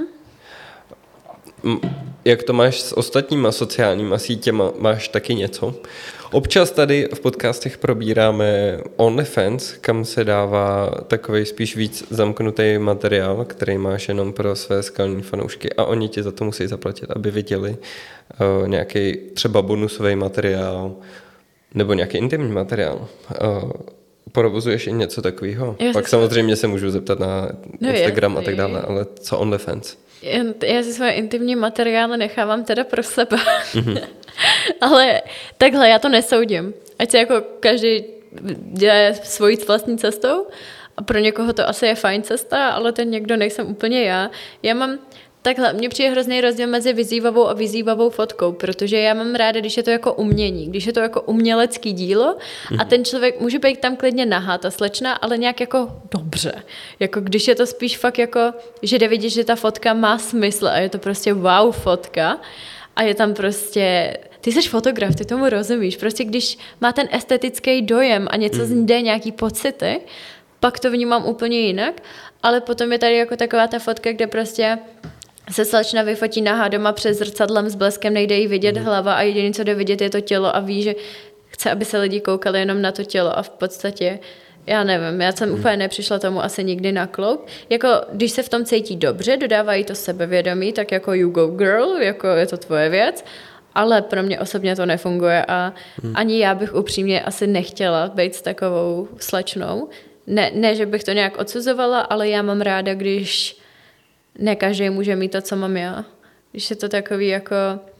Jak to máš s ostatníma sociálníma sítěma? Máš taky něco? Občas tady v podcastech probíráme OnlyFans, kam se dává takovej spíš víc zamknutý materiál, který máš jenom pro své skalní fanoušky a oni ti za to musí zaplatit, aby viděli nějaký třeba bonusový materiál nebo nějaký intimní materiál. Provozuješ i něco takového? Pak samozřejmě se můžu zeptat na Instagram a tak dále, ale co OnlyFans? Já si svoje intimní materiály nechávám teda pro sebe. Ale takhle, já to nesoudím. Ať se jako každý dělá svojí vlastní cestou a pro někoho to asi je fajn cesta, ale ten někdo nejsem úplně já. Já mám takhle, mně přijde hrozný rozdíl mezi vyzývavou a vyzývavou fotkou, protože já mám ráda, když je to jako umění, když je to jako umělecký dílo a ten člověk může být tam klidně nahá, ta slečna, ale nějak jako dobře. Jako když je to spíš fakt jako, že jde vidět, že ta fotka má smysl a je to prostě wow fotka. a je tam prostě, ty jsi fotograf, ty tomu rozumíš, prostě když má ten estetický dojem a něco z ní jde, nějaký pocity, pak to vnímám úplně jinak, ale potom je tady jako taková ta fotka, kde prostě se slečna vyfotí nahá doma před zrcadlem s bleskem, nejde jí vidět hlava a jediné, co jde vidět, je to tělo a ví, že chce, aby se lidi koukali jenom na to tělo a v podstatě, já nevím, já jsem úplně nepřišla tomu asi nikdy na kloub. Jako, když se v tom cítí dobře, dodávají to sebevědomí, tak jako you go girl, jako je to tvoje věc, ale pro mě osobně to nefunguje a ani já bych upřímně asi nechtěla být s takovou slečnou. Ne, že bych to nějak odsuzovala, ale já mám ráda, když ne každý může mít to, co mám já. Když je to takový jako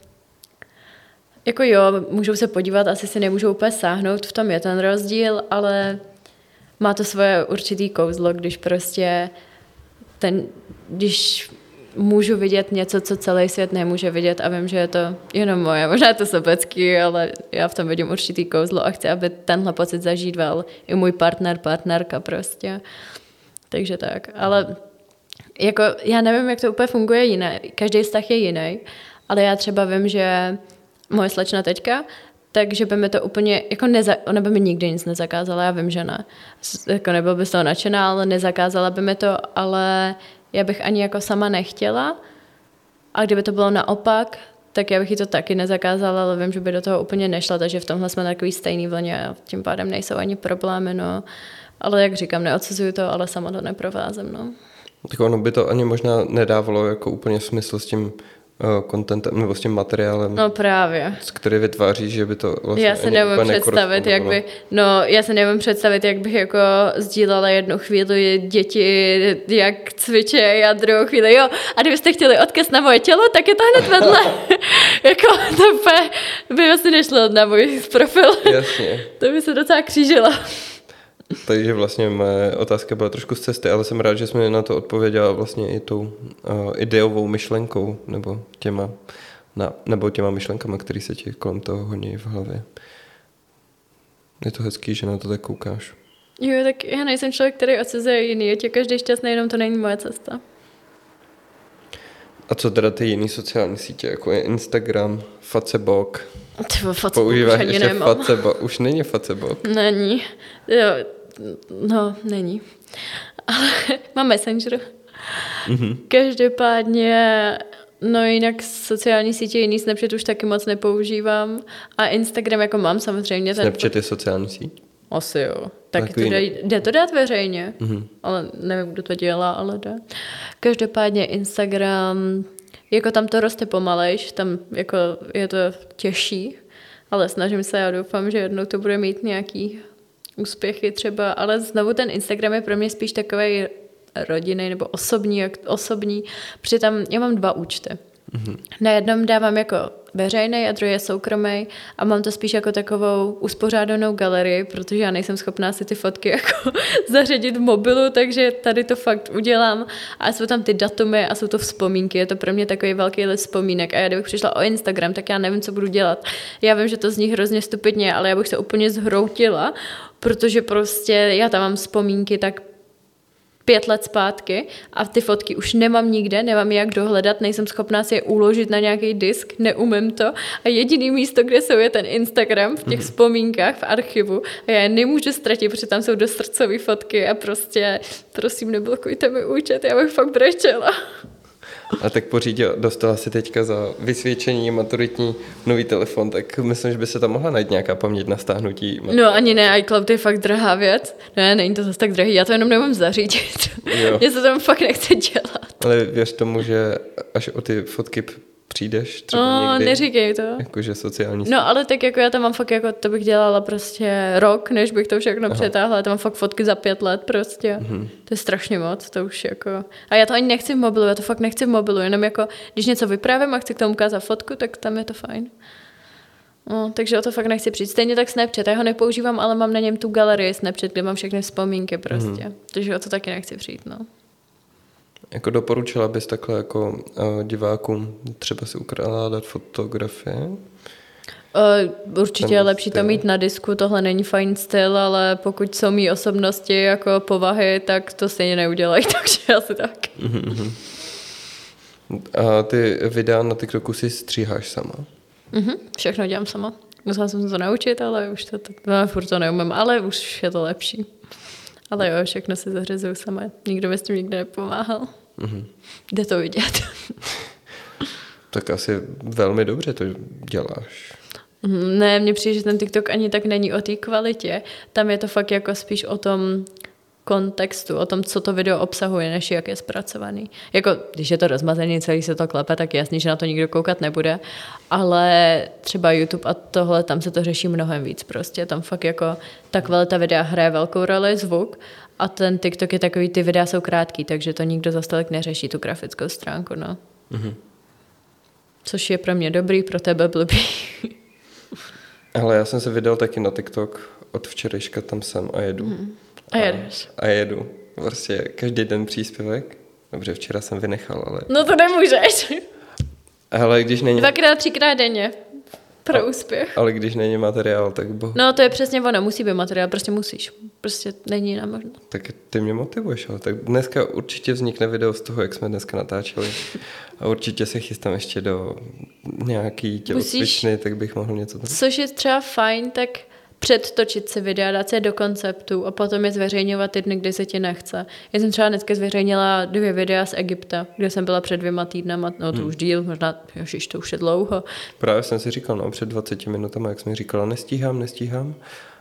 jo, můžou se podívat, asi si nemůžou úplně sáhnout, v tom je ten rozdíl, ale má to svoje určitý kouzlo, když prostě když můžu vidět něco, co celý svět nemůže vidět a vím, že je to jenom moje, možná je to sobecký, ale já v tom vidím určitý kouzlo a chci, aby tenhle pocit zažíval i můj partnerka prostě. Takže tak, ale jako já nevím, jak to úplně funguje jiné, každý vztah je jiný, ale já třeba vím, že moje slečna teďka, takže by mi to úplně, jako ona by mi nikdy nic nezakázala, já vím, že ne. Jako nebyl by z toho nadšená, ale nezakázala by mi to, ale já bych ani jako sama nechtěla. A kdyby to bylo naopak, tak já bych jí to taky nezakázala, ale vím, že by do toho úplně nešla, takže v tomhle jsme takový stejný vlně a tím pádem nejsou ani problémy, no. Ale jak říkám, neodsuzuju to, ale sama to neprovázím, no. Tak ono by to ani možná nedávalo jako úplně smysl s tím contentem nebo s tím materiálem, no právě, který vytváří, že by to vlastně já se nevím představit, jak bych jako sdílela jednu chvíli děti, jak cvičí a druhou chvíli, jo, a kdybyste chtěli odkaz na moje tělo, tak je to hned vedle. Jako to by asi nešlo na můj profil. Jasně. To by se docela křížilo. Takže vlastně moje otázka byla trošku z cesty, ale jsem rád, že jsme na to odpověděla vlastně i tou ideovou myšlenkou, nebo těma myšlenkama, které se ti kolem toho honí v hlavě. Je to hezký, že na to tak koukáš. Jo, tak já nejsem člověk, který odsuzuje jiný, je tě každý šťastný, jenom to není moje cesta. A co teda ty jiný sociální sítě, jako je Instagram, Facebook? Používáš ještě Facebook? Už není Facebook. Není. Jo, no, není. Ale mám Messenger. Mm-hmm. Každopádně, no jinak sociální sítě jiný, Snapchat už taky moc nepoužívám. A Instagram jako mám samozřejmě. Snapchat je sociální síť? Asi jo. Tak to jde to dát veřejně. Mm-hmm. Ale nevím, kdo to dělá, ale jde. Každopádně Instagram, jako tam to roste pomalejš, tam jako je to těžší, ale snažím se, já doufám, že jednou to bude mít nějaký úspěchy třeba, ale znovu ten Instagram je pro mě spíš takovej rodinný nebo osobní, protože tam já mám 2 účty. Mm-hmm. Na jednom dávám jako veřejný a druhý je soukromý a mám to spíš jako takovou uspořádanou galerii, protože já nejsem schopná si ty fotky jako zařadit v mobilu, takže tady to fakt udělám a jsou tam ty datumy a jsou to vzpomínky, je to pro mě takový velký list vzpomínek a já kdybych přišla o Instagram, tak já nevím, co budu dělat. Já vím, že to zní hrozně stupidně, ale já bych se úplně zhroutila, protože prostě já tam mám vzpomínky tak 5 let zpátky a ty fotky už nemám nikde, nemám jak dohledat, nejsem schopná si je uložit na nějaký disk, neumím to a jediný místo, kde jsou, je ten Instagram v těch vzpomínkách, v archivu a já je nemůžu ztratit, protože tam jsou dost srdcové fotky a prostě prosím, neblokujte mi účet, já bych fakt brečela. A tak pořídě dostala si teďka za vysvědčení maturitní nový telefon, tak myslím, že by se tam mohla najít nějaká paměť na stáhnutí. No ani ne, iCloud je fakt drahá věc. Ne, není to zase tak drahý, já to jenom nemám zařídit. Mně se tam fakt nechce dělat. Ale věř tomu, že až o ty fotky přijdeš třeba někdy. Neříkej to. Jakože sociální sítě. No ale tak jako já tam mám fakt jako, to bych dělala prostě rok, než bych to všechno přetáhla. Já tam mám fakt fotky za 5 let prostě. To je strašně moc, to už jako. A já to ani nechci v mobilu, já to fakt nechci v mobilu, jenom jako, když něco vyprávím a chci k tomu ukázat fotku, tak tam je to fajn. No, takže o to fakt nechci přijít. Stejně tak Snapchat, já ho nepoužívám, ale mám na něm tu galerii Snapchat, kde mám všechny vzpomínky prostě. Takže o to taky nechci přijít, no. Jako doporučila bys takhle jako divákům třeba si ukládat fotografie? Určitě je lepší to mít na disku, tohle není fajn styl, ale pokud jsou mý osobnosti jako povahy, tak to stejně neudělají, takže asi tak. A ty videa na TikToku si stříháš sama? Všechno dělám sama. Musela jsem se to naučit, ale už furt to neumím, ale už je to lepší. Ale jo, všechno si zařizuju sama. Nikdo mi s tím nikdy nepomáhal. Jde to vidět. Tak asi velmi dobře to děláš. Ne, mně přijde, že ten TikTok ani tak není o té kvalitě. Tam je to fakt jako spíš o tom kontextu, o tom, co to video obsahuje, než jak je zpracovaný. Jako, když je to rozmazený, celý se to klepe, tak jasně, že na to nikdo koukat nebude, ale třeba YouTube a tohle, tam se to řeší mnohem víc prostě. Tam fakt jako ta kvalita videa hraje velkou roli, zvuk, a ten TikTok je takový, ty videa jsou krátký, takže to nikdo zas tolik neřeší, tu grafickou stránku, no. Což je pro mě dobrý, pro tebe blbý. Ale já jsem se vydal taky na TikTok, od včerejška tam jsem a jedu. A jedeš. A jedu. Prostě každý den příspěvek. Dobře, včera jsem vynechal, ale... No to nemůžeš. Ale když není... 2x, 3x denně. Pro úspěch. Ale když není materiál, tak bohu. No to je přesně ono, musí být materiál, prostě musíš. Prostě není jiná možnost. Tak ty mě motivuješ, ale tak dneska určitě vznikne video z toho, jak jsme dneska natáčeli. A určitě se chystám ještě do nějaký tělocvičny, tak bych mohl něco tam. Což je třeba fajn, tak předtočit si videa, dát se do konceptu a potom je zveřejňovat ty dny, kdy se ti nechce. Já jsem třeba dneska zveřejnila 2 videa z Egypta, kde jsem byla před 2 týdnama, no to už díl, možná, jožiš, to už je dlouho. Právě jsem si říkal, no před 20 minutami, jak jsi mi říkala, nestíhám.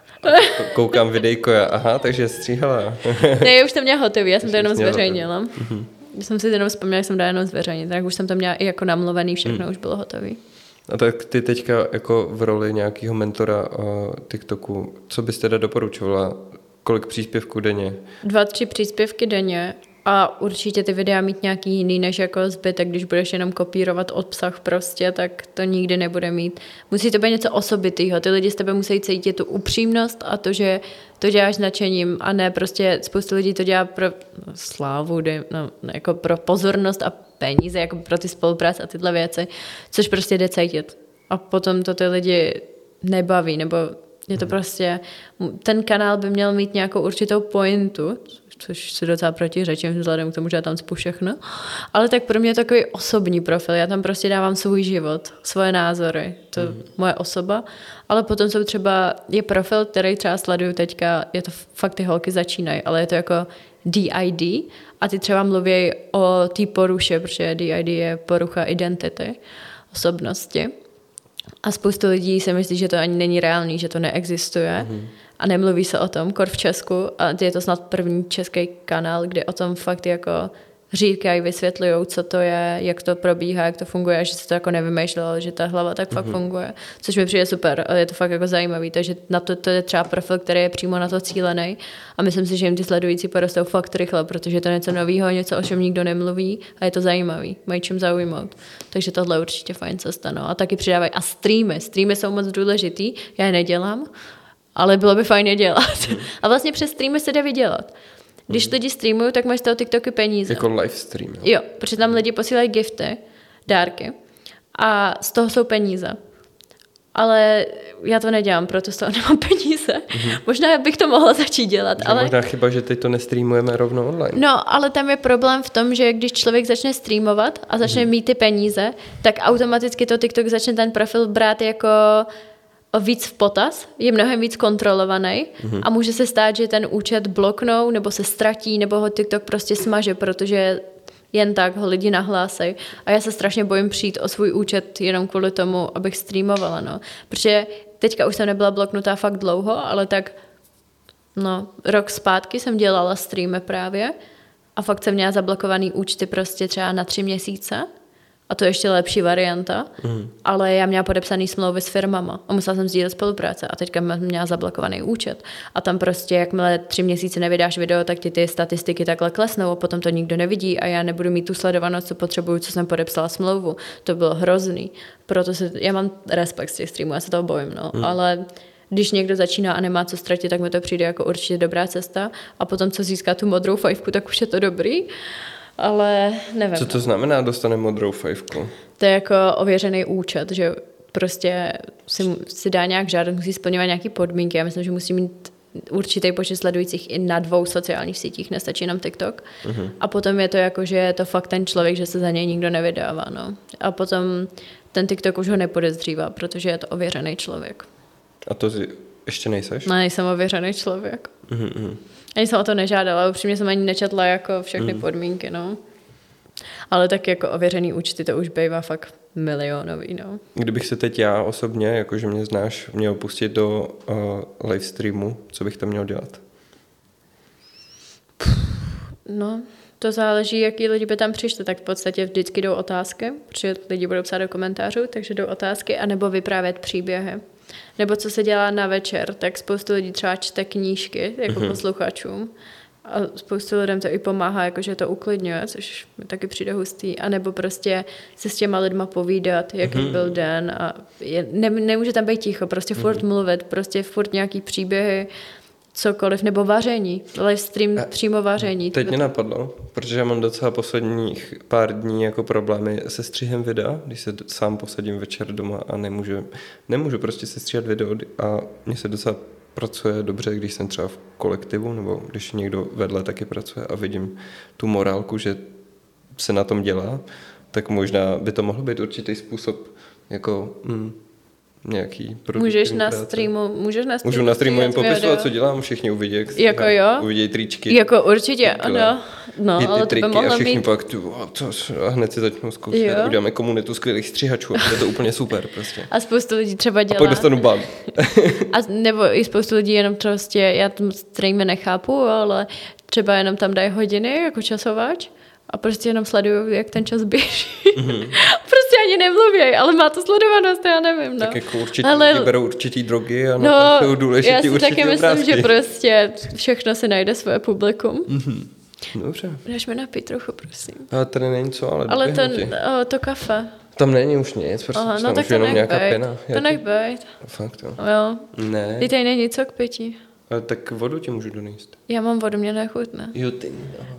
Koukám videjko, aha, takže stříhala. Ne, já už to měla hotový, já jsem to jenom zveřejnila. Když jsem si jenom vzpomněla, že jsem dala jenom zveřejnit, tak už jsem to měla i jako namluvený, všechno už bylo hotový. A tak ty teďka jako v roli nějakého mentora TikToku, co bys teda doporučovala? Kolik příspěvků denně? 2-3 příspěvky denně a určitě ty videa mít nějaký jiný než jako zbytek, když budeš jenom kopírovat obsah prostě, tak to nikdy nebude mít. Musí to být něco osobitýho, ty lidi z tebe musí cítit tu upřímnost a to, že to děláš s nadšením a ne prostě spoustu lidí to dělá pro slávu, jako pro pozornost a peníze, jako pro ty spolupráce a tyhle věci, což prostě jde cítit. A potom to ty lidi nebaví, nebo je to prostě, ten kanál by měl mít nějakou určitou pointu, což si docela protiřečím vzhledem k tomu, že já tam cpu všechno, ale tak pro mě je takový osobní profil, já tam prostě dávám svůj život, svoje názory, to je moje osoba, ale potom jsou třeba, je profil, který třeba sleduju teďka, je to fakt ty holky začínají, ale je to jako DID a ty třeba mluví o té poruše, protože DID je porucha identity, osobnosti. A spoustu lidí si myslí, že to ani není reálný, že to neexistuje a nemluví se o tom, kor v Česku, a je to snad první český kanál, kde o tom fakt jako říkají, vysvětlují, co to je, jak to probíhá, jak to funguje, a že se to jako nevymýšlelo, že ta hlava tak fakt funguje, což mi přijde super, je to fakt jako zajímavý, takže na to je třeba profil, který je přímo na to cílený a myslím si, že jim ty sledující porostou fakt rychle, protože to je něco nového, něco, o čem nikdo nemluví a je to zajímavý, mají čím zaujmout. Takže tohle je určitě fajn cesta, no. A taky přidávají a streamy jsou moc důležitý, já je nedělám, ale bylo by fajn je dělat. A vlastně přes streamy se jde vydělat. Když lidi streamují, tak mají z toho TikToky peníze. Jako live stream. Jo, protože tam lidi posílají gifty, dárky a z toho jsou peníze. Ale já to nedělám, proto z toho nemám peníze. Možná bych to mohla začít dělat. Ale možná chyba, že teď to nestreamujeme rovnou online. No, ale tam je problém v tom, že když člověk začne streamovat a začne mít ty peníze, tak automaticky to TikTok začne ten profil brát jako víc v potaz, je mnohem víc kontrolovaný a může se stát, že ten účet bloknou nebo se ztratí, nebo ho TikTok prostě smaže, protože jen tak ho lidi nahlásejí. A já se strašně bojím přijít o svůj účet jenom kvůli tomu, abych streamovala, no. Protože teďka už jsem nebyla bloknutá fakt dlouho, ale tak rok zpátky jsem dělala streamy právě a fakt jsem měla zablokovaný účty prostě třeba na 3 měsíce. A to je ještě lepší varianta, ale já měla podepsaný smlouvy s firmama a musela jsem sdílet spolupráce a teďka měla zablokovaný účet. A tam prostě, jakmile 3 měsíce nevydáš video, tak ti ty statistiky takhle klesnou a potom to nikdo nevidí a já nebudu mít tu sledovanost, co potřebuju, co jsem podepsala smlouvu. To bylo hrozný. Proto já mám respekt z těch streamů, já se toho bojím, ale když někdo začíná a nemá co ztratit, tak mi to přijde jako určitě dobrá cesta a potom, co získá tu modrou fajfku, tak už je to dobrý. Ale nevím. Co to znamená, dostane modrou fajfku? To je jako ověřený účet, že prostě si dá nějak žádat, musí splňovat nějaké podmínky. Já myslím, že musí mít určitý počet sledujících i na 2 sociálních sítích, nestačí nám TikTok. A potom je to jako, že je to fakt ten člověk, že se za něj nikdo nevydává. No. A potom ten TikTok už ho nepodezřívá, protože je to ověřený člověk. A to ještě nejseš? No, nejsem ověřený člověk. Ani jsem o to nežádala, upřímně jsem ani nečetla jako všechny podmínky, no. Ale tak jako ověřený účty, to už bývá fakt milionový, no. Kdybych se teď já osobně, jakože mě znáš, měl pustit do live streamu, co bych tam měl dělat? No, to záleží, jaký lidi by tam přišli, tak v podstatě vždycky jdou otázky, protože lidi budou psát do komentářů, takže jdou otázky, anebo vyprávět příběhy. Nebo co se dělá na večer, tak spoustu lidí třeba čte knížky, jako posluchačům. A spoustu lidem to i pomáhá, jakože to uklidňuje, což mi taky přijde hustý. A nebo prostě se s těma lidma povídat, jaký byl den. A nemůže tam být ticho, prostě furt mluvit, prostě furt nějaký příběhy, cokoliv, nebo vaření. Livestream přímo vaření. Teď mě napadlo, protože já mám docela posledních pár dní jako problémy se střihem videa, když se sám posadím večer doma a nemůžu prostě se stříhat video a mně se docela pracuje dobře, když jsem třeba v kolektivu, nebo když někdo vedle taky pracuje a vidím tu morálku, že se na tom dělá, tak možná by to mohlo být určitý způsob jako nějaký Můžeš na streamu Můžu na streamu jen popisovat, co dělám, všichni uvidí, jak uvidí tričky. Jako určitě, ano. No, ale ty triky to by mohlo a všichni být... pak a hned si začnou zkoušet. Uděláme komunitu skvělých střihačů. Je to úplně super prostě. A spoustu lidí třeba dělá... A pak dostanu ban. A nebo i spoustu lidí jenom prostě, já tam streamy nechápu, ale třeba jenom tam dají hodiny jako časovač a prostě jenom sleduju, jak ten čas běží. Prostě ani nemluvěj, ale má to sledovanost, já nevím. No. Tak jako určitě lidi berou určitý drogy a na to jsou důležitý určitý taky myslím, obrázky. že prostě všechno si najde svoje publikum. Dobře. Dáš mi napít trochu, prosím. A tady není co, ale to kafe. Tam není už nic, prostě tam už jenom nějaká pěna. To nech bejt. Fakt jo. Jo. Ne. Ty tady není co k pití. Ale tak vodu ti můžu donést. Já mám vodu, mě nechutne. Jo, ty.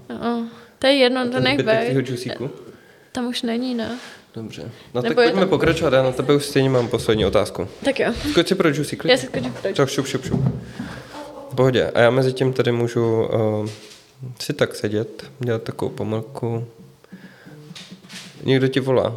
To je jedno, to nech bejt. Juicíku? Tam už není, ne? Dobře. No tak pojďme pokračovat, já na tebe už stejně mám poslední otázku. Tak jo. Skoč si pro juicy, klidně. Já si skočím pro juicy. Šup. V pohodě. A já mezi tím tady můžu si tak sedět, dělat takovou pomalku. Někdo ti volá.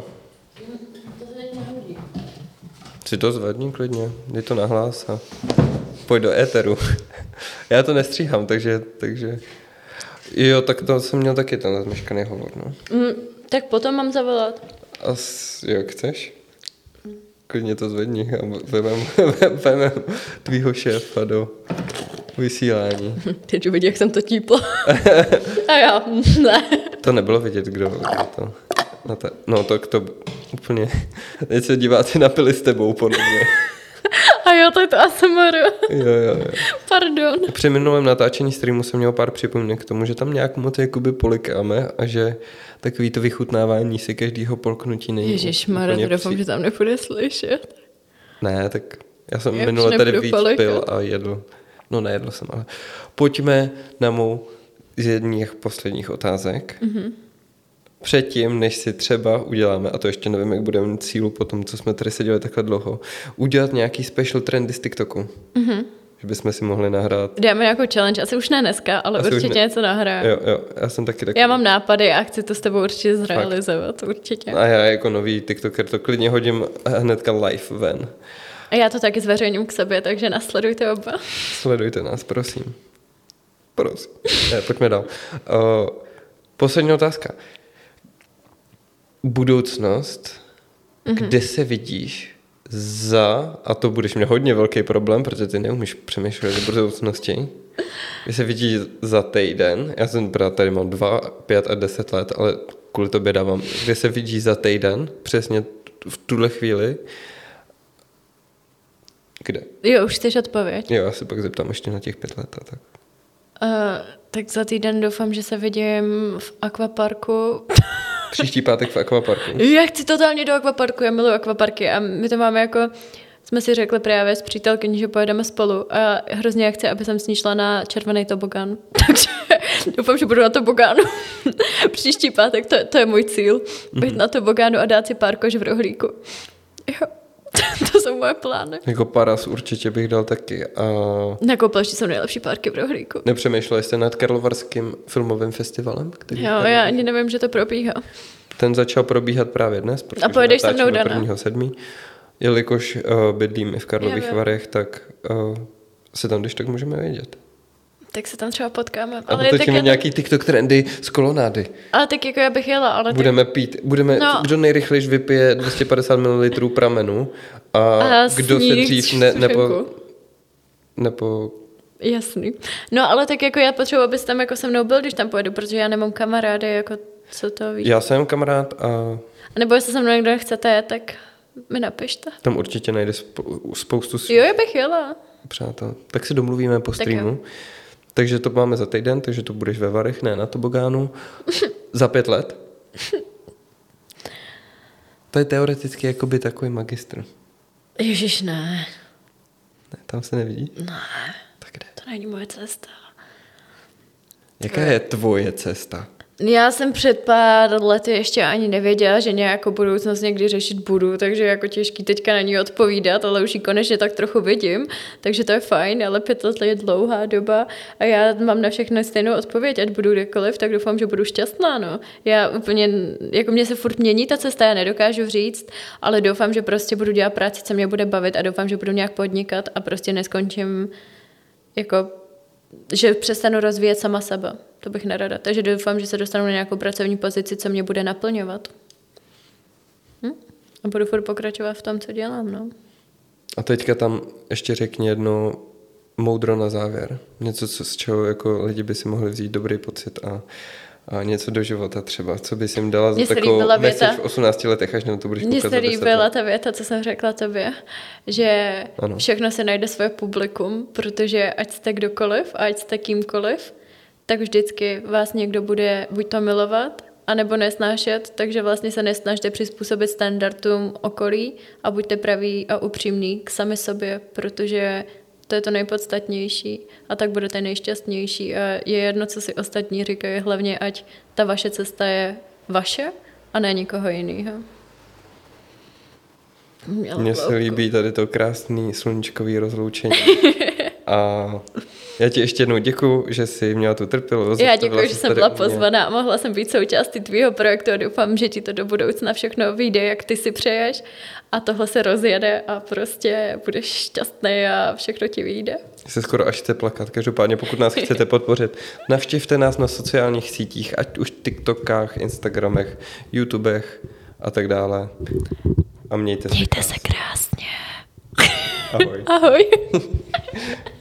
Si to zvedni klidně, dej to nahlas a pojď do éteru. Já to nestříhám, takže... Jo, tak to jsem měl taky ten zmeškaný hovor, no. Tak potom mám zavolat. Jak chceš? Klidně to zvedni a vemem tvýho šéfa do vysílání. Teď uvidí, jak jsem to típla. A já, ne. To nebylo vidět, kdo to... No tak to úplně... Teď se diváci napili s tebou, podle mě. A jo, to je to ASMR. Jo. Pardon. Při minulém natáčení streamu jsem měl pár připomínek k tomu, že tam nějak moc jakoby polikáme a že takový to vychutnávání si každýho polknutí není. Ježišmarja, doufám, že tam nebude slyšet. Ne, tak já jsem minule tady víc pil a jedl. No nejedl jsem, ale pojďme na mou z jedných posledních otázek. Předtím, než si třeba uděláme, a to ještě nevím, jak budeme mít sílu po tom, co jsme tady seděli takhle dlouho, udělat nějaký special trendy z TikToku. Že bychom si mohli nahrát. Dáme nějakou challenge, asi už ne dneska, ale asi určitě něco nahraju. Jo, já jsem taky. Já mám nápady a chci to s tebou určitě zrealizovat, fakt. Určitě. A já jako nový TikToker to klidně hodím hnedka live ven. A já to taky zveřejním k sobě, takže nasledujte oba. Sledujte nás, prosím. Pojďme dál. Poslední otázka. Budoucnost, kde se vidíš a to budeš mít hodně velký problém, protože ty neumíš přemýšlet o budoucnosti, kde se vidíš za týden, já jsem tady mám 2, 5 a 10 let, ale kvůli tobě dávám, kde se vidíš za týden, přesně v tuhle chvíli, kde? Jo, už chceš odpověď. Jo, já se pak zeptám ještě na těch 5 let a tak. Tak za týden doufám, že se vidím v akvaparku. Příští pátek v akvaparku. Já chci totálně do akvaparku, já miluji akvaparky a my to máme jako, jsme si řekli právě s přítelkyní, že pojedeme spolu a hrozně chci, aby jsem s ní šla na červený tobogán. Takže doufám, že budu na tobogánu. Příští pátek, to je můj cíl. Být na tobogánu a dát si pár kož v rohlíku. Jo. To jsou moje plány. Jako Paras určitě bych dal taky. A Na Koupališti jsou nejlepší parky v Rohlíku. nepřemýšleli jste nad Karlovarským filmovým festivalem? Který Jo, já ani nevím, že to probíhá. Ten začal probíhat právě dnes, protože A pojedeš se mnou, Dana? 1.7. Jelikož bydlím i v Karlových Varech, tak se tam když tak můžeme vědět. Tak se tam třeba potkáme. A potočíme nějaký TikTok trendy z kolonády. Ale tak jako já bych jela, ale Budeme pít, kdo nejrychlejš vypije 250 ml pramenu a kdo se dřív Jasný. No ale tak jako já potřebuji, abys tam jako se mnou byl, když tam pojedu, protože já nemám kamarády, jako co to víš. Já jsem kamarád a nebo jestli se mnou někdo nechcete, tak mi napište. tam určitě najde spoustu Jo, já bych jela. přátel. Tak si domluvíme po streamu. Takže to máme za týden, takže to budeš ve Varech, ne na tobogánu. Za 5 let. To je teoreticky jakoby takový magistr. Ježiš, ne. Ne, tam se nevidí? Ne. Tak kde? To není moje cesta. Jaká je tvoje cesta? Já jsem před pár lety ještě ani nevěděla, že nějakou budoucnost někdy řešit budu, takže jako těžký teďka na ní odpovídat, ale už ji konečně tak trochu vidím, takže to je fajn, ale 5 let je dlouhá doba a já mám na všechno stejnou odpověď, ať budu kdekoliv, tak doufám, že budu šťastná, no. Já úplně, jako mě se furt mění ta cesta, já nedokážu říct, ale doufám, že prostě budu dělat práci, co mě bude bavit a doufám, že budu nějak podnikat a prostě neskončím jako že přestanu rozvíjet sama sebe. To bych nerada. Takže doufám, že se dostanu na nějakou pracovní pozici, co mě bude naplňovat. A budu furt pokračovat v tom, co dělám. No. A teďka tam ještě řekni jedno moudro na závěr. Něco, z čeho jako lidi by si mohli vzít dobrý pocit a něco do života třeba. Co bys jim dala za takovou message v 18 letech, až na to budeš ukazovat. Mně se líbila ta věta, co jsem řekla tobě, že ano. Všechno se najde svoje publikum, protože ať jste kdokoliv a ať jste kýmkoliv, tak vždycky vás někdo bude buď to milovat, anebo nesnášet, takže vlastně se nesnažte přizpůsobit standardům okolí a buďte praví a upřímní k sami sobě, protože to je to nejpodstatnější a tak budete nejšťastnější a je jedno, co si ostatní říkají, hlavně ať ta vaše cesta je vaše a ne nikoho jiného. Mně se líbí tady to krásný sluníčkový rozloučení a já ti ještě jednou děkuju, že jsi měla tu trpělivost. Já děkuji, že jsem byla pozvaná a mohla jsem být součástí tvýho projektu a doufám, že ti to do budoucna všechno vyjde, jak ty si přeješ a tohle se rozjede a prostě budeš šťastný a všechno ti vyjde. Se skoro až chce plakat. Každopádně, pokud nás chcete podpořit, navštivte nás na sociálních sítích, ať už TikTokách, Instagramech, YouTubech a tak dále. A mějte se krásně. Ahoj. Ahoj.